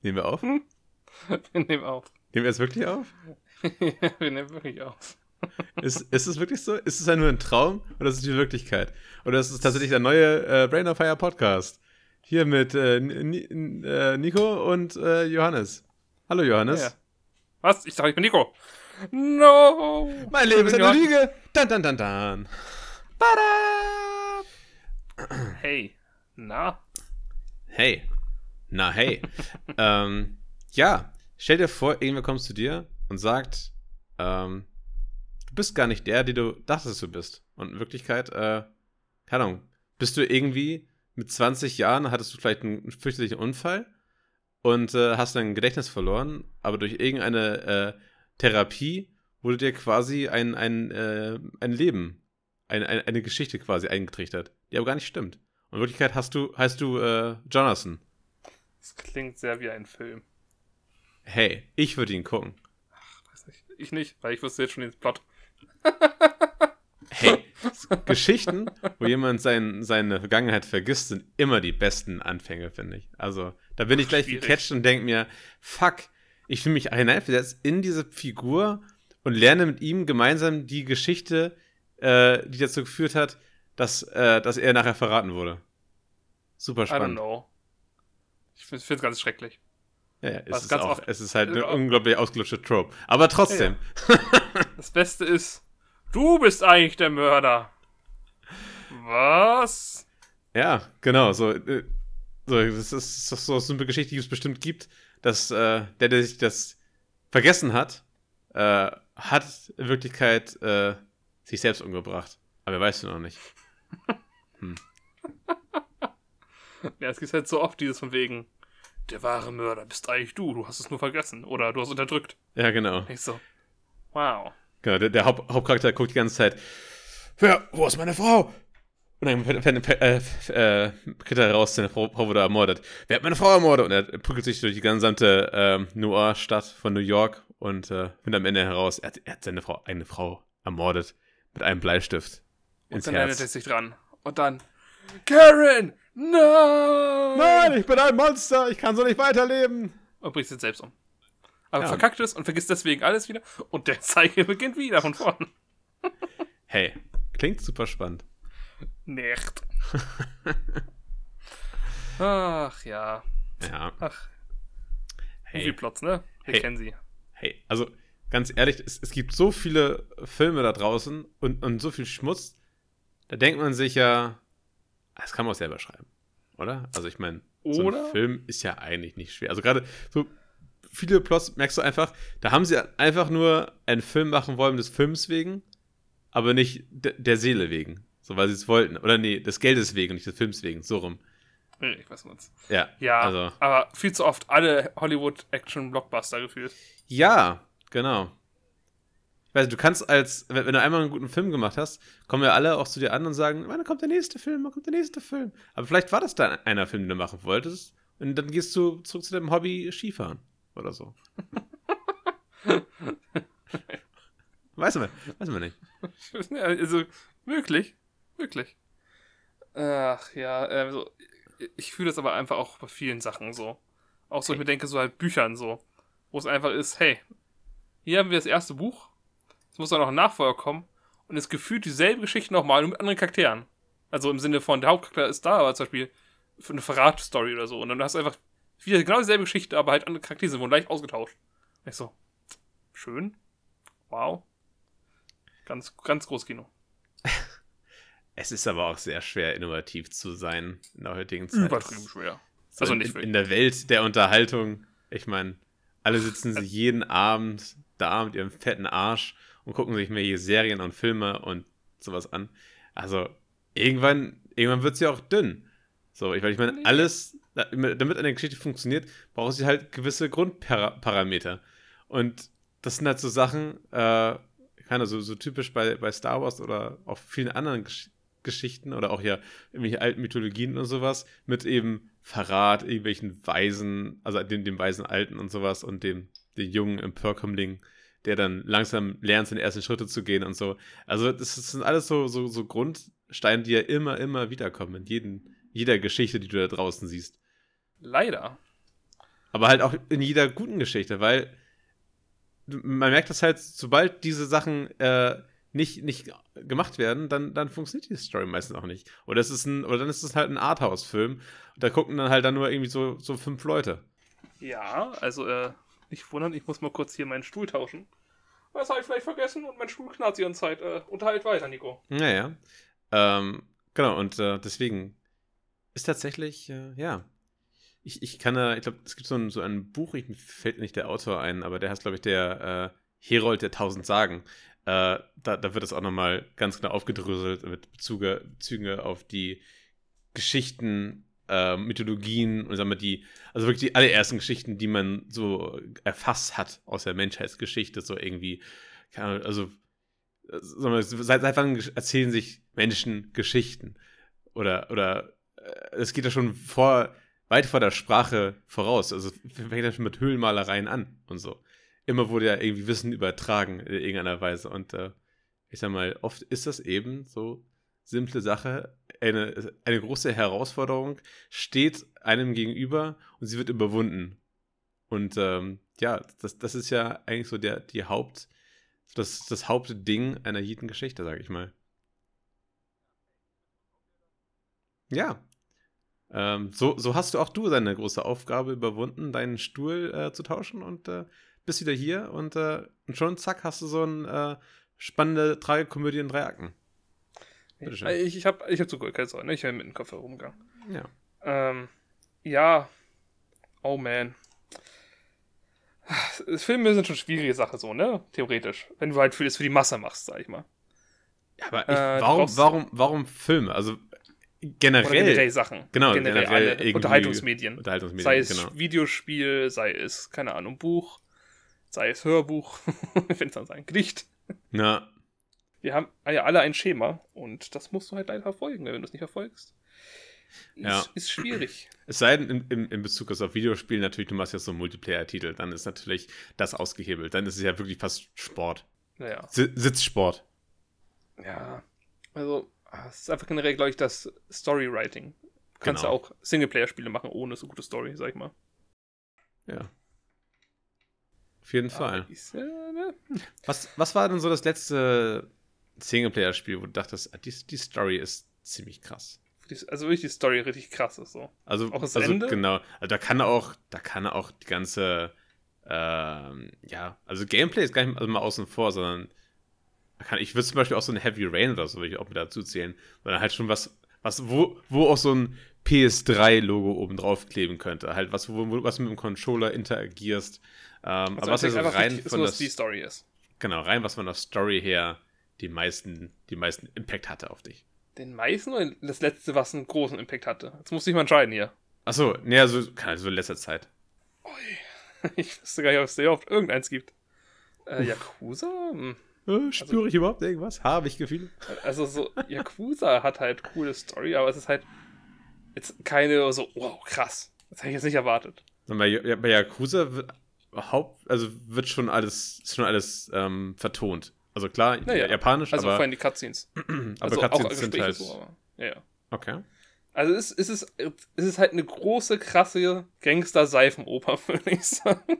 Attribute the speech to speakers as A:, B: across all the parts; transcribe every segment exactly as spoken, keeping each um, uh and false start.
A: Nehmen wir auf?
B: Wir nehmen auf.
A: Nehmen wir es wirklich auf?
B: Ja, wir nehmen wirklich auf.
A: Ist, ist es wirklich so? Ist es ja nur ein Traum oder ist es die Wirklichkeit? Oder ist es tatsächlich der neue äh, Brain of Fire Podcast? Hier mit äh, Ni- Ni- äh, Nico und äh, Johannes. Hallo Johannes.
B: Ja. Was? Ich sag, ich bin Nico. No!
A: Mein Leben ist eine
B: Johannes.
A: Lüge. Dan, dan, dan, dan. Bada!
B: Hey. Na?
A: Hey. Na hey. ähm, ja, stell dir vor, irgendwer kommt zu dir und sagt, ähm, du bist gar nicht der, der du dachtest, du bist. Und in Wirklichkeit, äh, keine Ahnung, bist du irgendwie mit zwanzig Jahren, hattest du vielleicht einen fürchterlichen Unfall und äh, hast dein Gedächtnis verloren, aber durch irgendeine äh, Therapie wurde dir quasi ein, ein, äh, ein Leben, ein, ein, eine Geschichte quasi eingetrichtert, die aber gar nicht stimmt. Und in Wirklichkeit hast du, heißt du äh, Jonathan.
B: Das klingt sehr wie ein Film.
A: Hey, ich würde ihn gucken.
B: Weiß nicht. Ich nicht, weil ich wusste jetzt schon den Plot.
A: Hey, Geschichten, wo jemand sein, seine Vergangenheit vergisst, sind immer die besten Anfänge, finde ich. Also, da bin ich gleich
B: Schwierig.
A: gecatcht und denke mir, fuck, ich fühle mich hineinversetzt in diese Figur und lerne mit ihm gemeinsam die Geschichte, äh, die dazu geführt hat, dass, äh, dass er nachher verraten wurde. Super
B: I don't
A: spannend.
B: know. Ich finde es ganz schrecklich.
A: Ja, ja, es,
B: Was
A: ist
B: ganz
A: auch,
B: oft-
A: es ist halt eine
B: äh,
A: unglaublich ausgelutschte Trope. Aber trotzdem.
B: Das Beste ist, du bist eigentlich der Mörder. Was?
A: Ja, genau. So, äh, so das ist das ist so, so eine Geschichte, die es bestimmt gibt, dass äh, der, der sich das vergessen hat, äh, hat in Wirklichkeit äh, sich selbst umgebracht. Aber er weiß es noch nicht.
B: Ja, es gibt halt so oft dieses von wegen, der wahre Mörder bist eigentlich du, du hast es nur vergessen oder du hast unterdrückt.
A: Ja, genau.
B: Ich so, wow.
A: genau der der Haupt, Hauptcharakter guckt die ganze Zeit, wer, wo ist meine Frau? Und dann f- f- f- äh, äh, kriegt er raus, seine Frau, Frau wurde ermordet. Wer hat meine Frau ermordet? Und er prügelt sich durch die gesamte ähm, Noir-Stadt von New York und äh, findet am Ende heraus, er hat, er hat seine Frau, eine Frau ermordet mit einem Bleistift ins
B: Und dann erinnert er
A: Herz.
B: sich dran. Und dann, Karen, nein!
A: Nein, ich bin ein Monster, ich kann so nicht weiterleben.
B: Und bricht sich selbst um. Aber
A: Ja.
B: verkackt es und vergisst deswegen alles wieder. Und der Zeiger beginnt wieder von vorn.
A: Hey, klingt super spannend.
B: Nicht. Ach ja.
A: Ja,
B: Ach,
A: hey.
B: Movie-Plots, ne? Wir
A: Hey.
B: kennen sie.
A: Hey, also ganz ehrlich, es, es gibt so viele Filme da draußen und, und so viel Schmutz, da denkt man sich ja, das kann man auch selber schreiben, oder? Also ich meine, so
B: Oder?
A: ein Film ist ja eigentlich nicht schwer. Also gerade so viele Plots merkst du einfach, da haben sie einfach nur einen Film machen wollen des Films wegen, aber nicht de- der Seele wegen. So, weil sie es wollten. Oder nee, des Geldes wegen und nicht des Films wegen. So rum.
B: Nee, ich weiß nicht.
A: Ja,
B: Ja,
A: also.
B: aber viel zu oft alle Hollywood-Action-Blockbuster gefühlt.
A: Ja, genau. Ich weiß, du kannst als, wenn, wenn du einmal einen guten Film gemacht hast, kommen ja alle auch zu dir an und sagen, wann kommt der nächste Film, wann kommt der nächste Film? Aber vielleicht war das dann einer Film, den du machen wolltest und dann gehst du zurück zu deinem Hobby Skifahren oder so. Weiß man, weiß man nicht.
B: Ja, also, wirklich. Wirklich. Ach ja, also, ich fühle das aber einfach auch bei vielen Sachen so. Auch so, ich mir denke, so halt Büchern so. Wo es einfach ist, hey, hier haben wir das erste Buch, es muss dann noch ein Nachfolger kommen und es gefühlt dieselbe Geschichte nochmal, nur mit anderen Charakteren. Also im Sinne von, der Hauptcharakter ist da, aber zum Beispiel für eine Verrat-Story oder so. Und dann hast du einfach wieder genau dieselbe Geschichte, aber halt andere Charaktere sind wurden leicht ausgetauscht. Und ich so, schön, wow. Ganz, ganz groß Kino.
A: Es ist aber auch sehr schwer, innovativ zu sein in der heutigen Zeit.
B: Übertrieben schwer.
A: So
B: Also
A: in,
B: nicht
A: in,
B: wirklich.
A: in der Welt der Unterhaltung. Ich meine, alle sitzen sie jeden Abend da mit ihrem fetten Arsch und gucken sich mehr Serien und Filme und sowas an. Also irgendwann, irgendwann wird es ja auch dünn. So, ich, weil ich meine,
B: Nee.
A: alles, damit eine Geschichte funktioniert, braucht sie halt gewisse Grundparameter. Und das sind halt so Sachen, äh, keine so, so typisch bei, bei Star Wars oder auch vielen anderen Gesch- Geschichten oder auch ja irgendwelche alten Mythologien und sowas mit eben Verrat, irgendwelchen Weisen, also dem, dem weisen Alten und sowas und dem, dem jungen Emporkömmling, der dann langsam lernt, seine ersten Schritte zu gehen und so. Also das, das sind alles so, so, so Grundsteine, die ja immer, immer wiederkommen in jeden, jeder Geschichte, die du da draußen siehst.
B: Leider.
A: Aber halt auch in jeder guten Geschichte, weil man merkt das halt, sobald diese Sachen äh, nicht, nicht gemacht werden, dann, dann funktioniert die Story meistens auch nicht. Oder, es ist ein, oder dann ist es halt ein Arthouse-Film. Da gucken dann halt dann nur irgendwie so, so fünf Leute.
B: Ja, also, äh, nicht wundern, ich muss mal kurz hier meinen Stuhl tauschen. Das habe ich vielleicht vergessen und mein Stuhl knarrt die ganze Zeit. Äh, unterhalt weiter, Nico.
A: Naja. Ähm, genau, und äh, deswegen ist tatsächlich, äh, ja. Ich, ich kann da, ich glaube, es gibt so ein, so ein Buch, ich, mir fällt nicht der Autor ein, aber der heißt, glaube ich, der äh, Herold der tausend Sagen. Äh, da, da wird das auch nochmal ganz genau aufgedröselt mit Bezüge, Bezüge auf die Geschichten, äh, Mythologien und sagen wir die, also wirklich die allerersten Geschichten, die man so erfasst hat aus der Menschheitsgeschichte, so irgendwie, keine Ahnung, also äh, sagen wir, seit, seit wann erzählen sich Menschen Geschichten? Oder, oder äh, es geht ja schon vor, weit vor der Sprache voraus. Also fängt ja schon mit Höhlenmalereien an und so. Immer wurde ja irgendwie Wissen übertragen in irgendeiner Weise. Und äh, ich sag mal, oft ist das eben so simple Sache. Eine, eine große Herausforderung steht einem gegenüber und sie wird überwunden. Und ähm, ja, das, das ist ja eigentlich so der, die Haupt, das, das Hauptding einer jeden Geschichte, sag ich mal. Ja. Ähm, so, so hast du auch du deine große Aufgabe überwunden, deinen Stuhl äh, zu tauschen und äh, bist wieder hier und, äh, und schon zack hast du so eine äh, spannende Tragikomödie in drei Akten.
B: Bitteschön. Ich, ich habe ich hab zugehört, keine Sorge, ne? Ich bin mit dem Kopf herumgegangen.
A: Ja.
B: Ähm, ja. Oh man. Filme sind schon schwierige Sache, so, ne? Theoretisch. Wenn du halt vieles für die Masse machst, sag ich mal.
A: Ja, aber ich,
B: Äh,
A: warum, warum, warum Filme? Also generell.
B: Oder generell Sachen.
A: Genau,
B: generell,
A: generell
B: alle Unterhaltungsmedien.
A: Unterhaltungsmedien.
B: Sei es
A: genau.
B: Videospiel, sei es, keine Ahnung, Buch, sei es Hörbuch, wenn es dann sein Gedicht.
A: Ja.
B: Wir haben ja alle ein Schema und das musst du halt leider verfolgen. Wenn du es nicht verfolgst, ist,
A: Ja.
B: ist schwierig.
A: Es sei denn, in, in, in Bezug auf Videospielen natürlich, du machst jetzt so einen Multiplayer-Titel, dann ist natürlich das ausgehebelt. Dann ist es ja wirklich fast Sport.
B: Naja.
A: Sitzsport.
B: Ja, also es ist einfach generell, glaube ich, das Storywriting. Du kannst
A: Genau.
B: ja auch Singleplayer-Spiele machen ohne so gute Story, sag ich mal.
A: Ja. Auf jeden Fall.
B: Aber ist, äh, ne?
A: Was, was war denn so das letzte Singleplayer-Spiel, wo du dachtest, ah, die, die Story ist ziemlich krass?
B: Also wirklich die Story richtig krass ist so.
A: Also,
B: Auch das
A: also
B: Ende?
A: genau, also da kann auch, da kann auch die ganze, ähm, ja, also Gameplay ist gar nicht mal außen vor, sondern kann, ich würde zum Beispiel auch so ein Heavy Rain oder so, würde ich auch mit dazu zählen, sondern halt schon was, was, wo, wo auch so ein P S drei Logo oben drauf kleben könnte, halt was, wo, wo was mit dem Controller interagierst, ähm,
B: also
A: aber was ja so rein
B: ist,
A: von
B: was
A: das,
B: die Story ist.
A: genau, rein was von der Story her die meisten, die meisten Impact hatte auf dich.
B: Den meisten oder das letzte, was einen großen Impact hatte? Jetzt musste ich mal entscheiden hier.
A: Achso, ne, also, also in letzter Zeit.
B: Ui. Ich wüsste gar nicht, ob es sehr oft irgendeins gibt. Äh, Yakuza? Hm.
A: Äh, spüre
B: Also-
A: ich überhaupt irgendwas? Habe ich Gefühle?
B: Also so, Yakuza hat halt coole Story, aber es ist halt jetzt keine so, wow, krass. Das hätte ich jetzt nicht erwartet.
A: Und bei, ja, bei Yakuza wird, Haupt, also wird schon alles, ist schon alles ähm, vertont. Also klar,
B: Naja,
A: japanisch,
B: Also
A: aber,
B: vor allem die Cutscenes.
A: aber
B: Also
A: Cutscenes
B: auch
A: sind
B: Gespräche
A: halt.
B: so, aber, ja, ja.
A: Okay.
B: Also es, es, ist, es ist halt eine große, krasse Gangster-Seifenoper, würde ich sagen.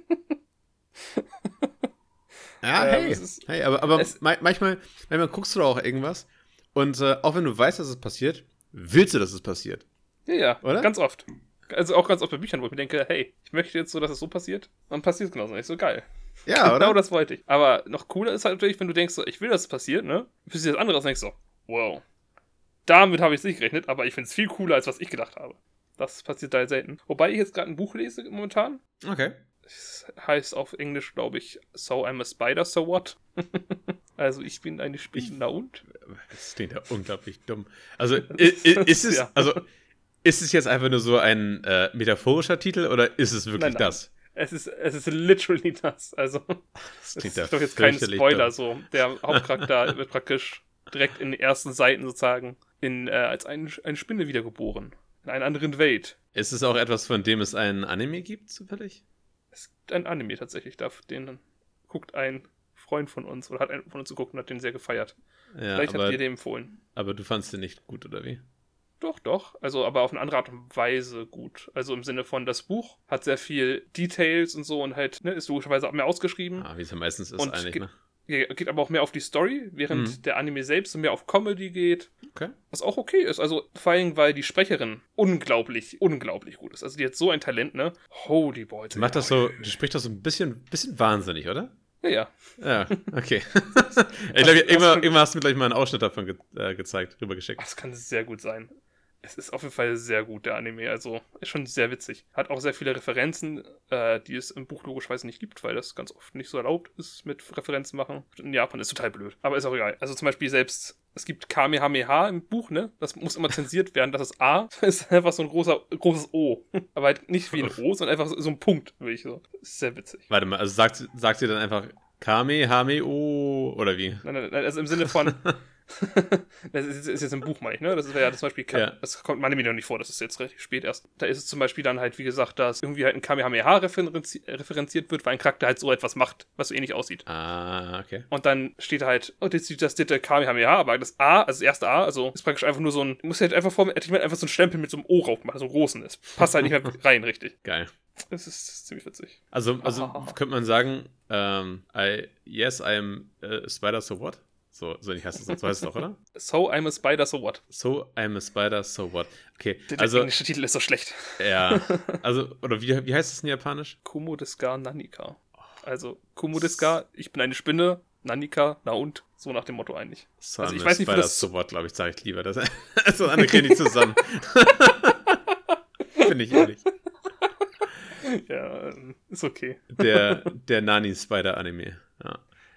A: Ja,
B: Ähm,
A: hey.
B: es ist-
A: hey, aber, aber
B: es-
A: ma- manchmal, manchmal guckst du da auch irgendwas und äh, auch wenn du weißt, dass es passiert, willst du, dass es passiert.
B: Ja, ja,
A: Oder?
B: ganz oft. Also auch ganz oft bei Büchern, wo ich mir denke, hey, ich möchte jetzt so, dass es so passiert. Dann passiert es genauso nicht. So geil.
A: Ja, oder?
B: Genau das wollte ich. Aber noch cooler ist halt natürlich, wenn du denkst, so, ich will, dass es passiert, ne? Bis das andere ist, denkst du, so, wow. Damit habe ich es nicht gerechnet, aber ich finde es viel cooler, als was ich gedacht habe. Das passiert da selten. Wobei ich jetzt gerade ein Buch lese momentan.
A: Okay.
B: Es heißt auf Englisch, glaube ich, So I'm a Spider, so what? Also ich bin eine Spinne, na und?
A: Das klingt ja unglaublich dumm. Also, i- i- ist es,
B: Ja.
A: also, ist es jetzt einfach nur so ein äh, metaphorischer Titel oder ist es wirklich
B: Nein, nein.
A: das?
B: Es ist, es ist literally das. Also,
A: Das
B: das
A: klingt
B: ist
A: ja
B: doch jetzt kein
A: fürchterlich
B: Spoiler.
A: dumm.
B: So. Der Hauptcharakter wird praktisch direkt in den ersten Seiten sozusagen in, äh, als ein, eine Spinne wiedergeboren. In einer anderen Welt.
A: Ist es auch etwas, von dem es einen Anime gibt, zufällig?
B: Es gibt ein Anime tatsächlich, da, den guckt ein Freund von uns oder hat einen von uns geguckt und hat den sehr gefeiert.
A: Ja,
B: Vielleicht
A: aber,
B: habt ihr den empfohlen.
A: aber du fandst den nicht gut, oder wie?
B: Doch, doch. Also, aber auf eine andere Art und Weise gut. Also im Sinne von, das Buch hat sehr viel Details und so und halt, ne, ist logischerweise auch mehr ausgeschrieben.
A: Ah, wie es ja meistens ist
B: und
A: eigentlich,
B: ge-
A: ne?
B: ja, geht aber auch mehr auf die Story, während
A: Mhm.
B: der Anime selbst so mehr auf Comedy geht.
A: Okay.
B: Was auch okay ist. Also vor allem, weil die Sprecherin unglaublich, unglaublich gut ist. Also die hat so ein Talent, ne? Holy boy.
A: Die macht das so, die spricht das so ein bisschen, bisschen wahnsinnig, oder?
B: Ja, ja.
A: Ja, okay. ich glaube, irgendwann, irgendwann hast du mir gleich mal einen Ausschnitt davon ge äh, gezeigt, rübergeschickt.
B: Das kann sehr gut sein. Es ist auf jeden Fall sehr gut, der Anime. Also, ist schon sehr witzig. Hat auch sehr viele Referenzen, äh, die es im Buch logischerweise nicht gibt, weil das ganz oft nicht so erlaubt ist mit Referenzen machen. In Japan ist total blöd. Aber ist auch egal. Also zum Beispiel selbst, es gibt Kamehameha im Buch, ne? Das muss immer zensiert werden. Das ist A. Das ist einfach so ein großer, großes O. Aber halt nicht wie ein O, sondern einfach so, so ein Punkt, wirklich so. Ist sehr witzig.
A: Warte mal, also sagt, sagt sie dann einfach Kame, Hame, O oder wie?
B: Nein, nein, nein, also im Sinne von. Das ist, ist jetzt im Buch, meine ich, ne? Das ist ja zum Beispiel,
A: Ja.
B: das kommt im Anime noch nicht vor, das ist jetzt relativ spät erst. Da ist es zum Beispiel dann halt, wie gesagt, dass irgendwie halt ein Kamehameha referenzi referenziert wird, weil ein Charakter halt so etwas macht, was so ähnlich aussieht.
A: Ah, okay.
B: Und dann steht da halt, oh, das das dritte Kamehameha, aber das A, also das erste A, also ist praktisch einfach nur so ein, muss halt einfach vor, hätte ich mal einfach so einen Stempel mit so einem O drauf machen, so einen großen ist. Passt halt nicht mehr rein, richtig.
A: Geil.
B: Das ist, das ist ziemlich witzig.
A: Also, also
B: Ah.
A: könnte man sagen, ähm, I, yes, I'm a spider, so what? So, so nicht heißt es, so heißt es doch, oder?
B: So, I'm a spider, so what?
A: So, I'm a spider, so what? Okay,
B: Der, der
A: also,
B: englische Titel ist so schlecht.
A: ja, also, oder wie, wie heißt es in Japanisch?
B: Kumo desu ga Nanika. Also, Kumo desu ga, ich bin eine Spinne, Nanika, na und, so nach dem Motto eigentlich.
A: So,
B: Also
A: I'm
B: ich
A: a
B: weiß nicht, wie
A: spider,
B: das-
A: so what, glaube ich, sage ich lieber. Das, so andere kriegen nicht zusammen. Finde ich ehrlich.
B: Ja, ähm, ist okay.
A: Der, der Nani-Spider-Anime. Ja.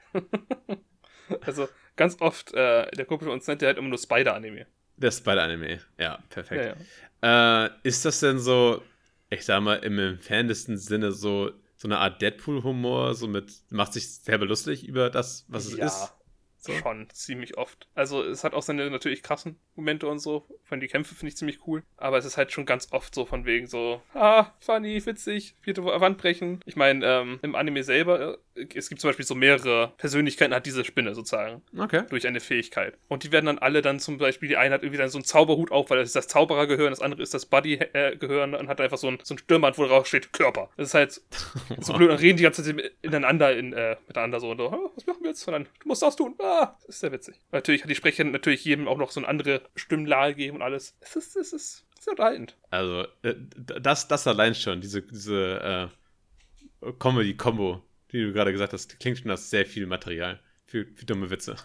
B: Also, ganz oft, äh, der Kumpel von uns nennt der halt immer nur Spider-Anime.
A: Der Spider-Anime. Ja, perfekt.
B: Ja, ja.
A: Äh, ist das denn so, ich sag mal, im entferntesten Sinne so, so eine Art Deadpool-Humor, so mit, macht sich selber lustig über das, was es
B: Ja,
A: ist? So?
B: schon, ziemlich oft. Also, es hat auch seine natürlich krassen Momente und so. Von die Kämpfe finde ich ziemlich cool. Aber es ist halt schon ganz oft so von wegen so, ah, funny, witzig, vierte Wand brechen. Ich meine, ähm, im Anime selber, äh, es gibt zum Beispiel so mehrere Persönlichkeiten, hat diese Spinne sozusagen.
A: Okay.
B: Durch eine Fähigkeit. Und die werden dann alle dann zum Beispiel, die eine hat irgendwie dann so einen Zauberhut auf, weil das ist das Zauberergehirn, das andere ist das Buddy-Gehirn und hat einfach so ein, so ein Stirnband, wo drauf steht Körper. Das ist halt so blöd und reden die ganze Zeit ineinander, in, äh, miteinander so und so, oh, was machen wir jetzt? Und dann, du musst das tun. Ah, das ist sehr witzig. Natürlich hat die Sprecherin natürlich jedem auch noch so eine andere Stimmlage gegeben und alles. Es ist, es ist sehr unterhaltend.
A: Also, äh, das, das allein schon, diese, diese äh, Comedy-Combo, die du gerade gesagt hast, klingt schon nach sehr viel Material für, für dumme Witze.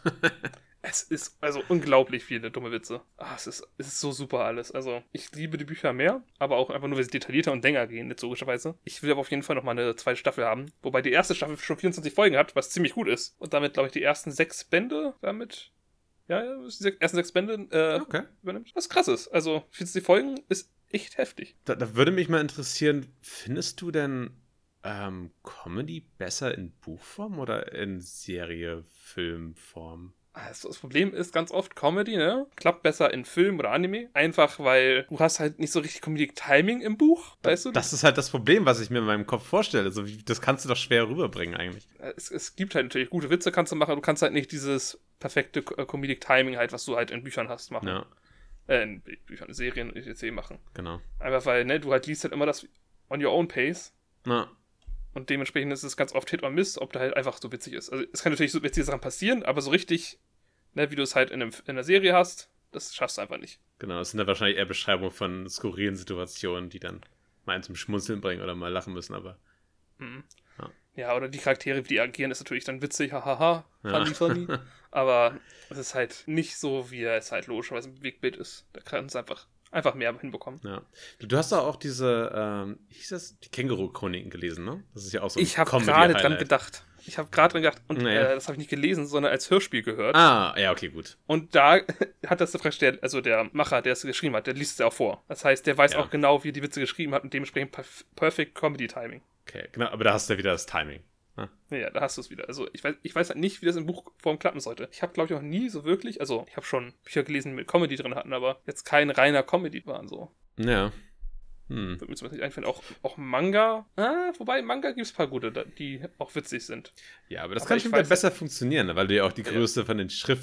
B: Es ist also unglaublich viele dumme Witze. Ah, es ist, es ist so super alles. Also, ich liebe die Bücher mehr, aber auch einfach nur, weil sie detaillierter und länger gehen, jetzt logischerweise. Ich will aber auf jeden Fall nochmal eine zweite Staffel haben. Wobei die erste Staffel schon vierundzwanzig Folgen hat, was ziemlich gut ist. Und damit, glaube ich, die ersten sechs Bände damit. Ja, ja, die sech- ersten sechs Bände äh,
A: Okay.
B: übernimmt. Was krass ist. Also, vierzig Folgen ist echt heftig.
A: Da, da würde mich mal interessieren, findest du denn ähm, Comedy besser in Buchform oder in Serie, Filmform?
B: Also das Problem ist ganz oft Comedy, ne? Klappt besser in Film oder Anime. Einfach, weil du hast halt nicht so richtig Comedic Timing im Buch, weißt du?
A: Das ist halt das Problem, was ich mir in meinem Kopf vorstelle. So, wie, das kannst du doch schwer rüberbringen eigentlich.
B: Es, es gibt halt natürlich gute Witze, kannst du machen, du kannst halt nicht dieses perfekte äh, Comedic Timing halt, was du halt in Büchern hast, machen.
A: Ja,
B: Äh, in Büchern, Serien, et cetera machen.
A: genau.
B: Einfach weil, ne, du halt liest halt immer das on your own pace
A: Na,
B: und dementsprechend ist es ganz oft Hit or Miss, ob der halt einfach so witzig ist. Also es kann natürlich so witzige Sachen passieren, aber so richtig, ne, wie du es halt in, einem, in einer Serie hast, das schaffst du einfach nicht.
A: genau. Das sind dann wahrscheinlich eher Beschreibungen von skurrilen Situationen, die dann mal einen zum Schmunzeln bringen oder mal lachen müssen, aber
B: Mhm.
A: Ja.
B: Ja, oder die Charaktere, wie die agieren, ist natürlich dann witzig, hahaha, funny,
A: Ja.
B: funny. Aber es ist halt nicht so, wie es halt logischerweise im Bewegtbild ist. Da kann es einfach, einfach mehr hinbekommen.
A: ja. Du, du hast doch auch diese, ähm, wie hieß das? Die Känguru-Chroniken gelesen, ne? Das ist ja auch so ein
B: Ich habe gerade dran
A: Comedy-Highlight.
B: gedacht. Ich habe gerade dran gedacht. Und
A: Naja.
B: äh, das habe ich nicht gelesen, sondern als Hörspiel gehört.
A: Ah, ja, okay, gut.
B: Und da hat das der, also der Macher, der es geschrieben hat, der liest es ja auch vor. Das heißt, der weiß
A: Ja.
B: auch genau, wie er die Witze geschrieben hat und dementsprechend perf Perfect Comedy Timing.
A: Okay, genau, aber da hast du ja wieder das Timing.
B: Ja, da hast du es wieder. Also ich weiß, ich weiß halt nicht, wie das in Buchform klappen sollte. Ich habe, glaube ich, auch nie so wirklich, also ich habe schon Bücher gelesen, die mit Comedy drin hatten, aber jetzt kein reiner Comedy waren so.
A: Ja. Hm.
B: Würde mir zumindest nicht einfallen. Auch, auch Manga, ah, wobei im Manga gibt es ein paar gute, die auch witzig sind.
A: Ja, aber das
B: Aber
A: kann
B: ich
A: schon wieder
B: weiß-
A: besser funktionieren, ne? Weil du ja auch die
B: Ja.
A: Größe von den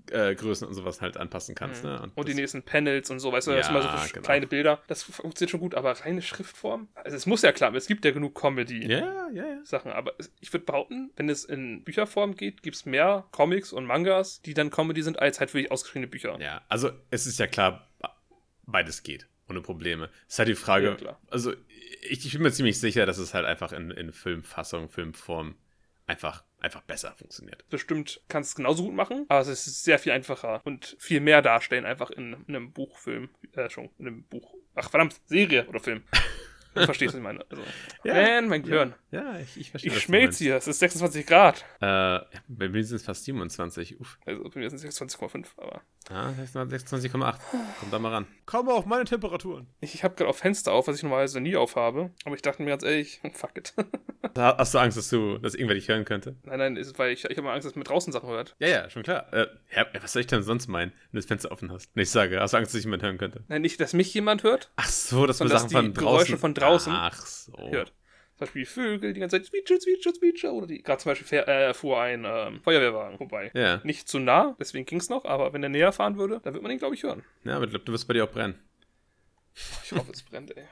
A: Frontgrößen und sowas halt anpassen kannst.
B: Mhm.
A: Ne?
B: Und, und die
A: das,
B: nächsten Panels und so, weißt du,
A: Ja,
B: das sind immer so
A: genau.
B: kleine Bilder. Das funktioniert schon gut, aber reine Schriftform? Also es muss ja klar, es gibt ja genug Comedy-Sachen,
A: ja, ja, ja.
B: aber es, ich würde behaupten, wenn es in Bücherform geht, gibt es mehr Comics und Mangas, die dann Comedy sind, als halt wirklich ausgeschriebene Bücher.
A: Ja, also es ist ja klar, beides geht. Ohne Probleme. Es ist halt die Frage,
B: Ja, klar.
A: also ich, ich bin mir ziemlich sicher, dass es halt einfach in, in Filmfassung, Filmform einfach, einfach besser funktioniert.
B: Bestimmt kannst du es genauso gut machen, aber es ist sehr viel einfacher und viel mehr darstellen einfach in, in einem Buchfilm, äh, schon, in einem Buch. Ach verdammt, Serie oder Film. Du verstehst, was ich meine. Also,
A: Ja,
B: man, mein Gehirn.
A: Ja, ja ich, ich verstehe.
B: Ich schmelze hier, es ist sechsundzwanzig Grad.
A: Äh, bei mir sind es fast siebenundzwanzig. Uff.
B: Also bei mir sind es sechsundzwanzig Komma fünf, aber.
A: Ja, sechsundzwanzig Komma acht. Kommt da mal ran. Komm auf meine Temperaturen.
B: Ich, ich habe gerade auch Fenster auf, was ich normalerweise nie aufhabe. Aber ich dachte mir ganz ehrlich, fuck it.
A: Da hast du Angst, dass du, dass irgendwer dich hören könnte?
B: Nein, nein, ist, weil ich, ich habe mal Angst, dass man draußen Sachen hört.
A: Ja, ja, schon klar. Äh, ja, was soll ich denn sonst meinen, wenn du das Fenster offen hast? Und ich sage, hast du Angst, dass ich jemand hören könnte?
B: Nein, nicht, dass mich jemand hört,
A: Ach so, dass man
B: sondern
A: Sachen
B: dass die
A: von draußen...
B: Geräusche von draußen
A: Ach so.
B: hört. Zum Beispiel Vögel, die ganze Zeit Zwitscher, Zwitscher, Zwitscher. Oder die, gerade zum Beispiel fähr, äh, fuhr ein ähm, Feuerwehrwagen vorbei.
A: Ja.
B: Nicht zu nah, deswegen ging es noch, aber wenn der näher fahren würde, dann würde man ihn, glaube ich, hören.
A: Ja, aber ich glaube, du wirst bei dir auch brennen.
B: Ich hoffe, es brennt, ey.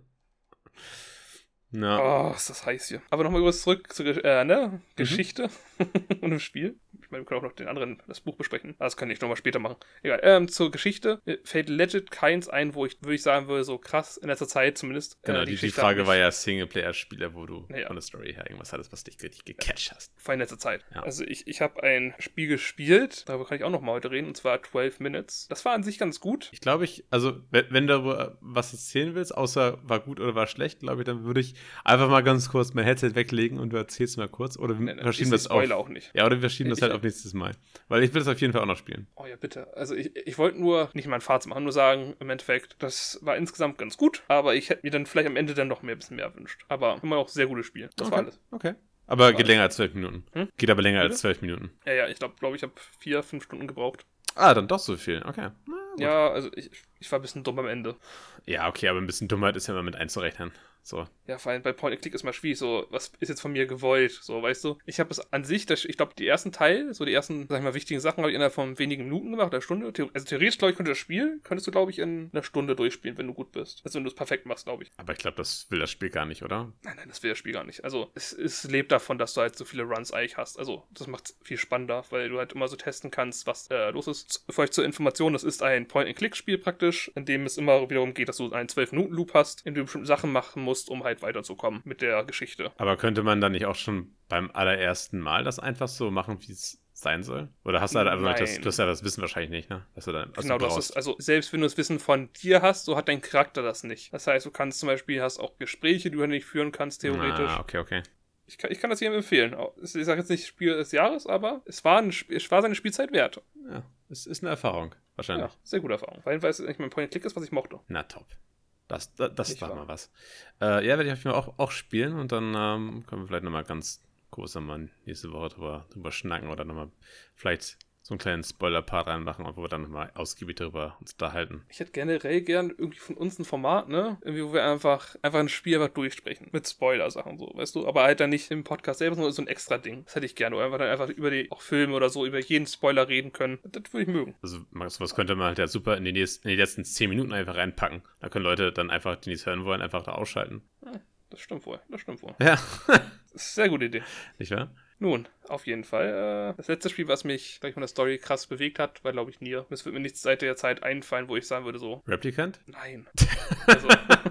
A: Ja.
B: Oh, ist das heiß hier. Aber nochmal kurz zurück zur äh, ne? Geschichte und dem Spiel. Ich meine, wir können auch noch den anderen, das Buch besprechen. Das kann ich nochmal später machen. Egal. Ähm, zur Geschichte. Mir fällt legit keins ein, wo ich, würde ich sagen würde, so krass in letzter Zeit zumindest.
A: Genau,
B: äh,
A: die, die
B: Geschichte
A: Frage
B: hat
A: war
B: mich-
A: ja Singleplayer-Spieler, wo du
B: Ja.
A: von der Story her irgendwas hattest, was dich richtig gecatcht hast.
B: Vor allem in letzter Zeit.
A: Ja.
B: Also ich, ich habe ein Spiel gespielt, darüber kann ich auch noch mal heute reden, und zwar zwölf Minutes. Das war an sich ganz gut.
A: Ich glaube, ich, also, wenn, wenn du darüber was erzählen willst, außer war gut oder war schlecht, glaube ich, dann würde ich einfach mal ganz kurz mein Headset weglegen und du erzählst mal kurz. Oder wir
B: Nein, nein,
A: verschieben
B: ich
A: das auf.
B: spoiler auch nicht.
A: Ja, oder wir verschieben das
B: Ich-
A: halt auf nächstes Mal. Weil ich will das auf jeden Fall auch noch spielen.
B: Oh ja, bitte. Also ich, ich wollte nur nicht mein Fazit machen, nur sagen, im Endeffekt, das war insgesamt ganz gut, aber ich hätte mir dann vielleicht am Ende dann noch mehr, ein bisschen mehr erwünscht. Aber immer noch sehr gutes Spiel. Das
A: okay.
B: war alles.
A: Okay. Aber
B: war
A: geht
B: alles.
A: länger als zwölf Minuten.
B: Hm?
A: Geht aber länger
B: Bitte?
A: als zwölf Minuten.
B: Ja, ja, ich glaube, glaub, ich habe vier, fünf Stunden gebraucht.
A: Ah, dann doch so viel. Okay. Na, gut.
B: Ja, also ich, ich war ein bisschen dumm am Ende.
A: Ja, okay, aber ein bisschen Dummheit ist ja immer mit einzurechnen. So.
B: Ja, vor allem bei Point-and-Click ist mal schwierig, so, was ist jetzt von mir gewollt, so, weißt du? Ich habe es an sich, das, ich glaube, die ersten Teil, so die ersten, sag ich mal, wichtigen Sachen habe ich innerhalb von wenigen Minuten gemacht, oder Stunde. The- Also theoretisch, glaube ich, könnte das Spiel, könntest du, glaube ich, in einer Stunde durchspielen, wenn du gut bist. Also wenn du es perfekt machst, glaube ich.
A: Aber ich glaube, das will das Spiel gar nicht, oder?
B: Nein, nein, das will das Spiel gar nicht. Also es, es lebt davon, dass du halt so viele Runs eigentlich hast. Also das macht es viel spannender, weil du halt immer so testen kannst, was äh, los ist. Vielleicht zur Information, das ist ein Point-and-Click-Spiel praktisch, in dem es immer wiederum geht, dass du einen zwölf Minuten Loop hast, in dem du bestimmte Sachen machen musst, um halt weiterzukommen mit der Geschichte.
A: Aber könnte man dann nicht auch schon beim allerersten Mal das einfach so machen, wie es sein soll? Oder hast du halt einfach noch das,
B: Nein.
A: du hast ja das Wissen wahrscheinlich nicht, ne? Was du dann, was
B: Genau,
A: du
B: das
A: brauchst.
B: ist, also selbst wenn du das Wissen von dir hast, so hat dein Charakter das nicht. Das heißt, du kannst zum Beispiel, hast auch Gespräche, die du nicht führen kannst, theoretisch.
A: Ah, okay, okay.
B: Ich kann, ich kann das jedem empfehlen. Ich sage jetzt nicht Spiel des Jahres, aber es war, ein, Sp- es war seine Spielzeit wert.
A: Ja, es ist eine Erfahrung, wahrscheinlich.
B: Ja, sehr gute Erfahrung. Weil es nicht mein Point-and-Click ist, was ich mochte.
A: Na top. Das, das, das ist
B: Nicht
A: doch
B: wahr?
A: mal was. Äh, ja, werde ich auf jeden Fall auch, auch spielen und dann ähm, können wir vielleicht nochmal ganz kurz nochmal nächste Woche drüber, drüber schnacken oder nochmal vielleicht so einen kleinen Spoiler-Part reinmachen, wo wir dann nochmal ausgiebig darüber uns unterhalten.
B: Ich hätte generell gern irgendwie von uns ein Format, ne? Irgendwie, wo wir einfach, einfach ein Spiel einfach durchsprechen. Mit Spoiler-Sachen so, weißt du? Aber halt dann nicht im Podcast selber, sondern so ein extra Ding. Das hätte ich gerne. Oder einfach dann einfach über die auch Filme oder so, über jeden Spoiler reden können. Das würde ich mögen.
A: Also sowas könnte man halt ja super in die, nächsten, in die letzten zehn Minuten einfach reinpacken. Da können Leute dann einfach, die nichts hören wollen, einfach da ausschalten.
B: Das stimmt wohl. Das stimmt wohl.
A: Ja,
B: Das ist eine sehr gute Idee.
A: nicht wahr?
B: Nun, auf jeden Fall. Äh, das letzte Spiel, was mich gleich von der Story krass bewegt hat, war, glaube ich, Nier. Es wird mir nichts seit der Zeit einfallen, wo ich sagen würde, so,
A: Replicant?
B: nein. Also,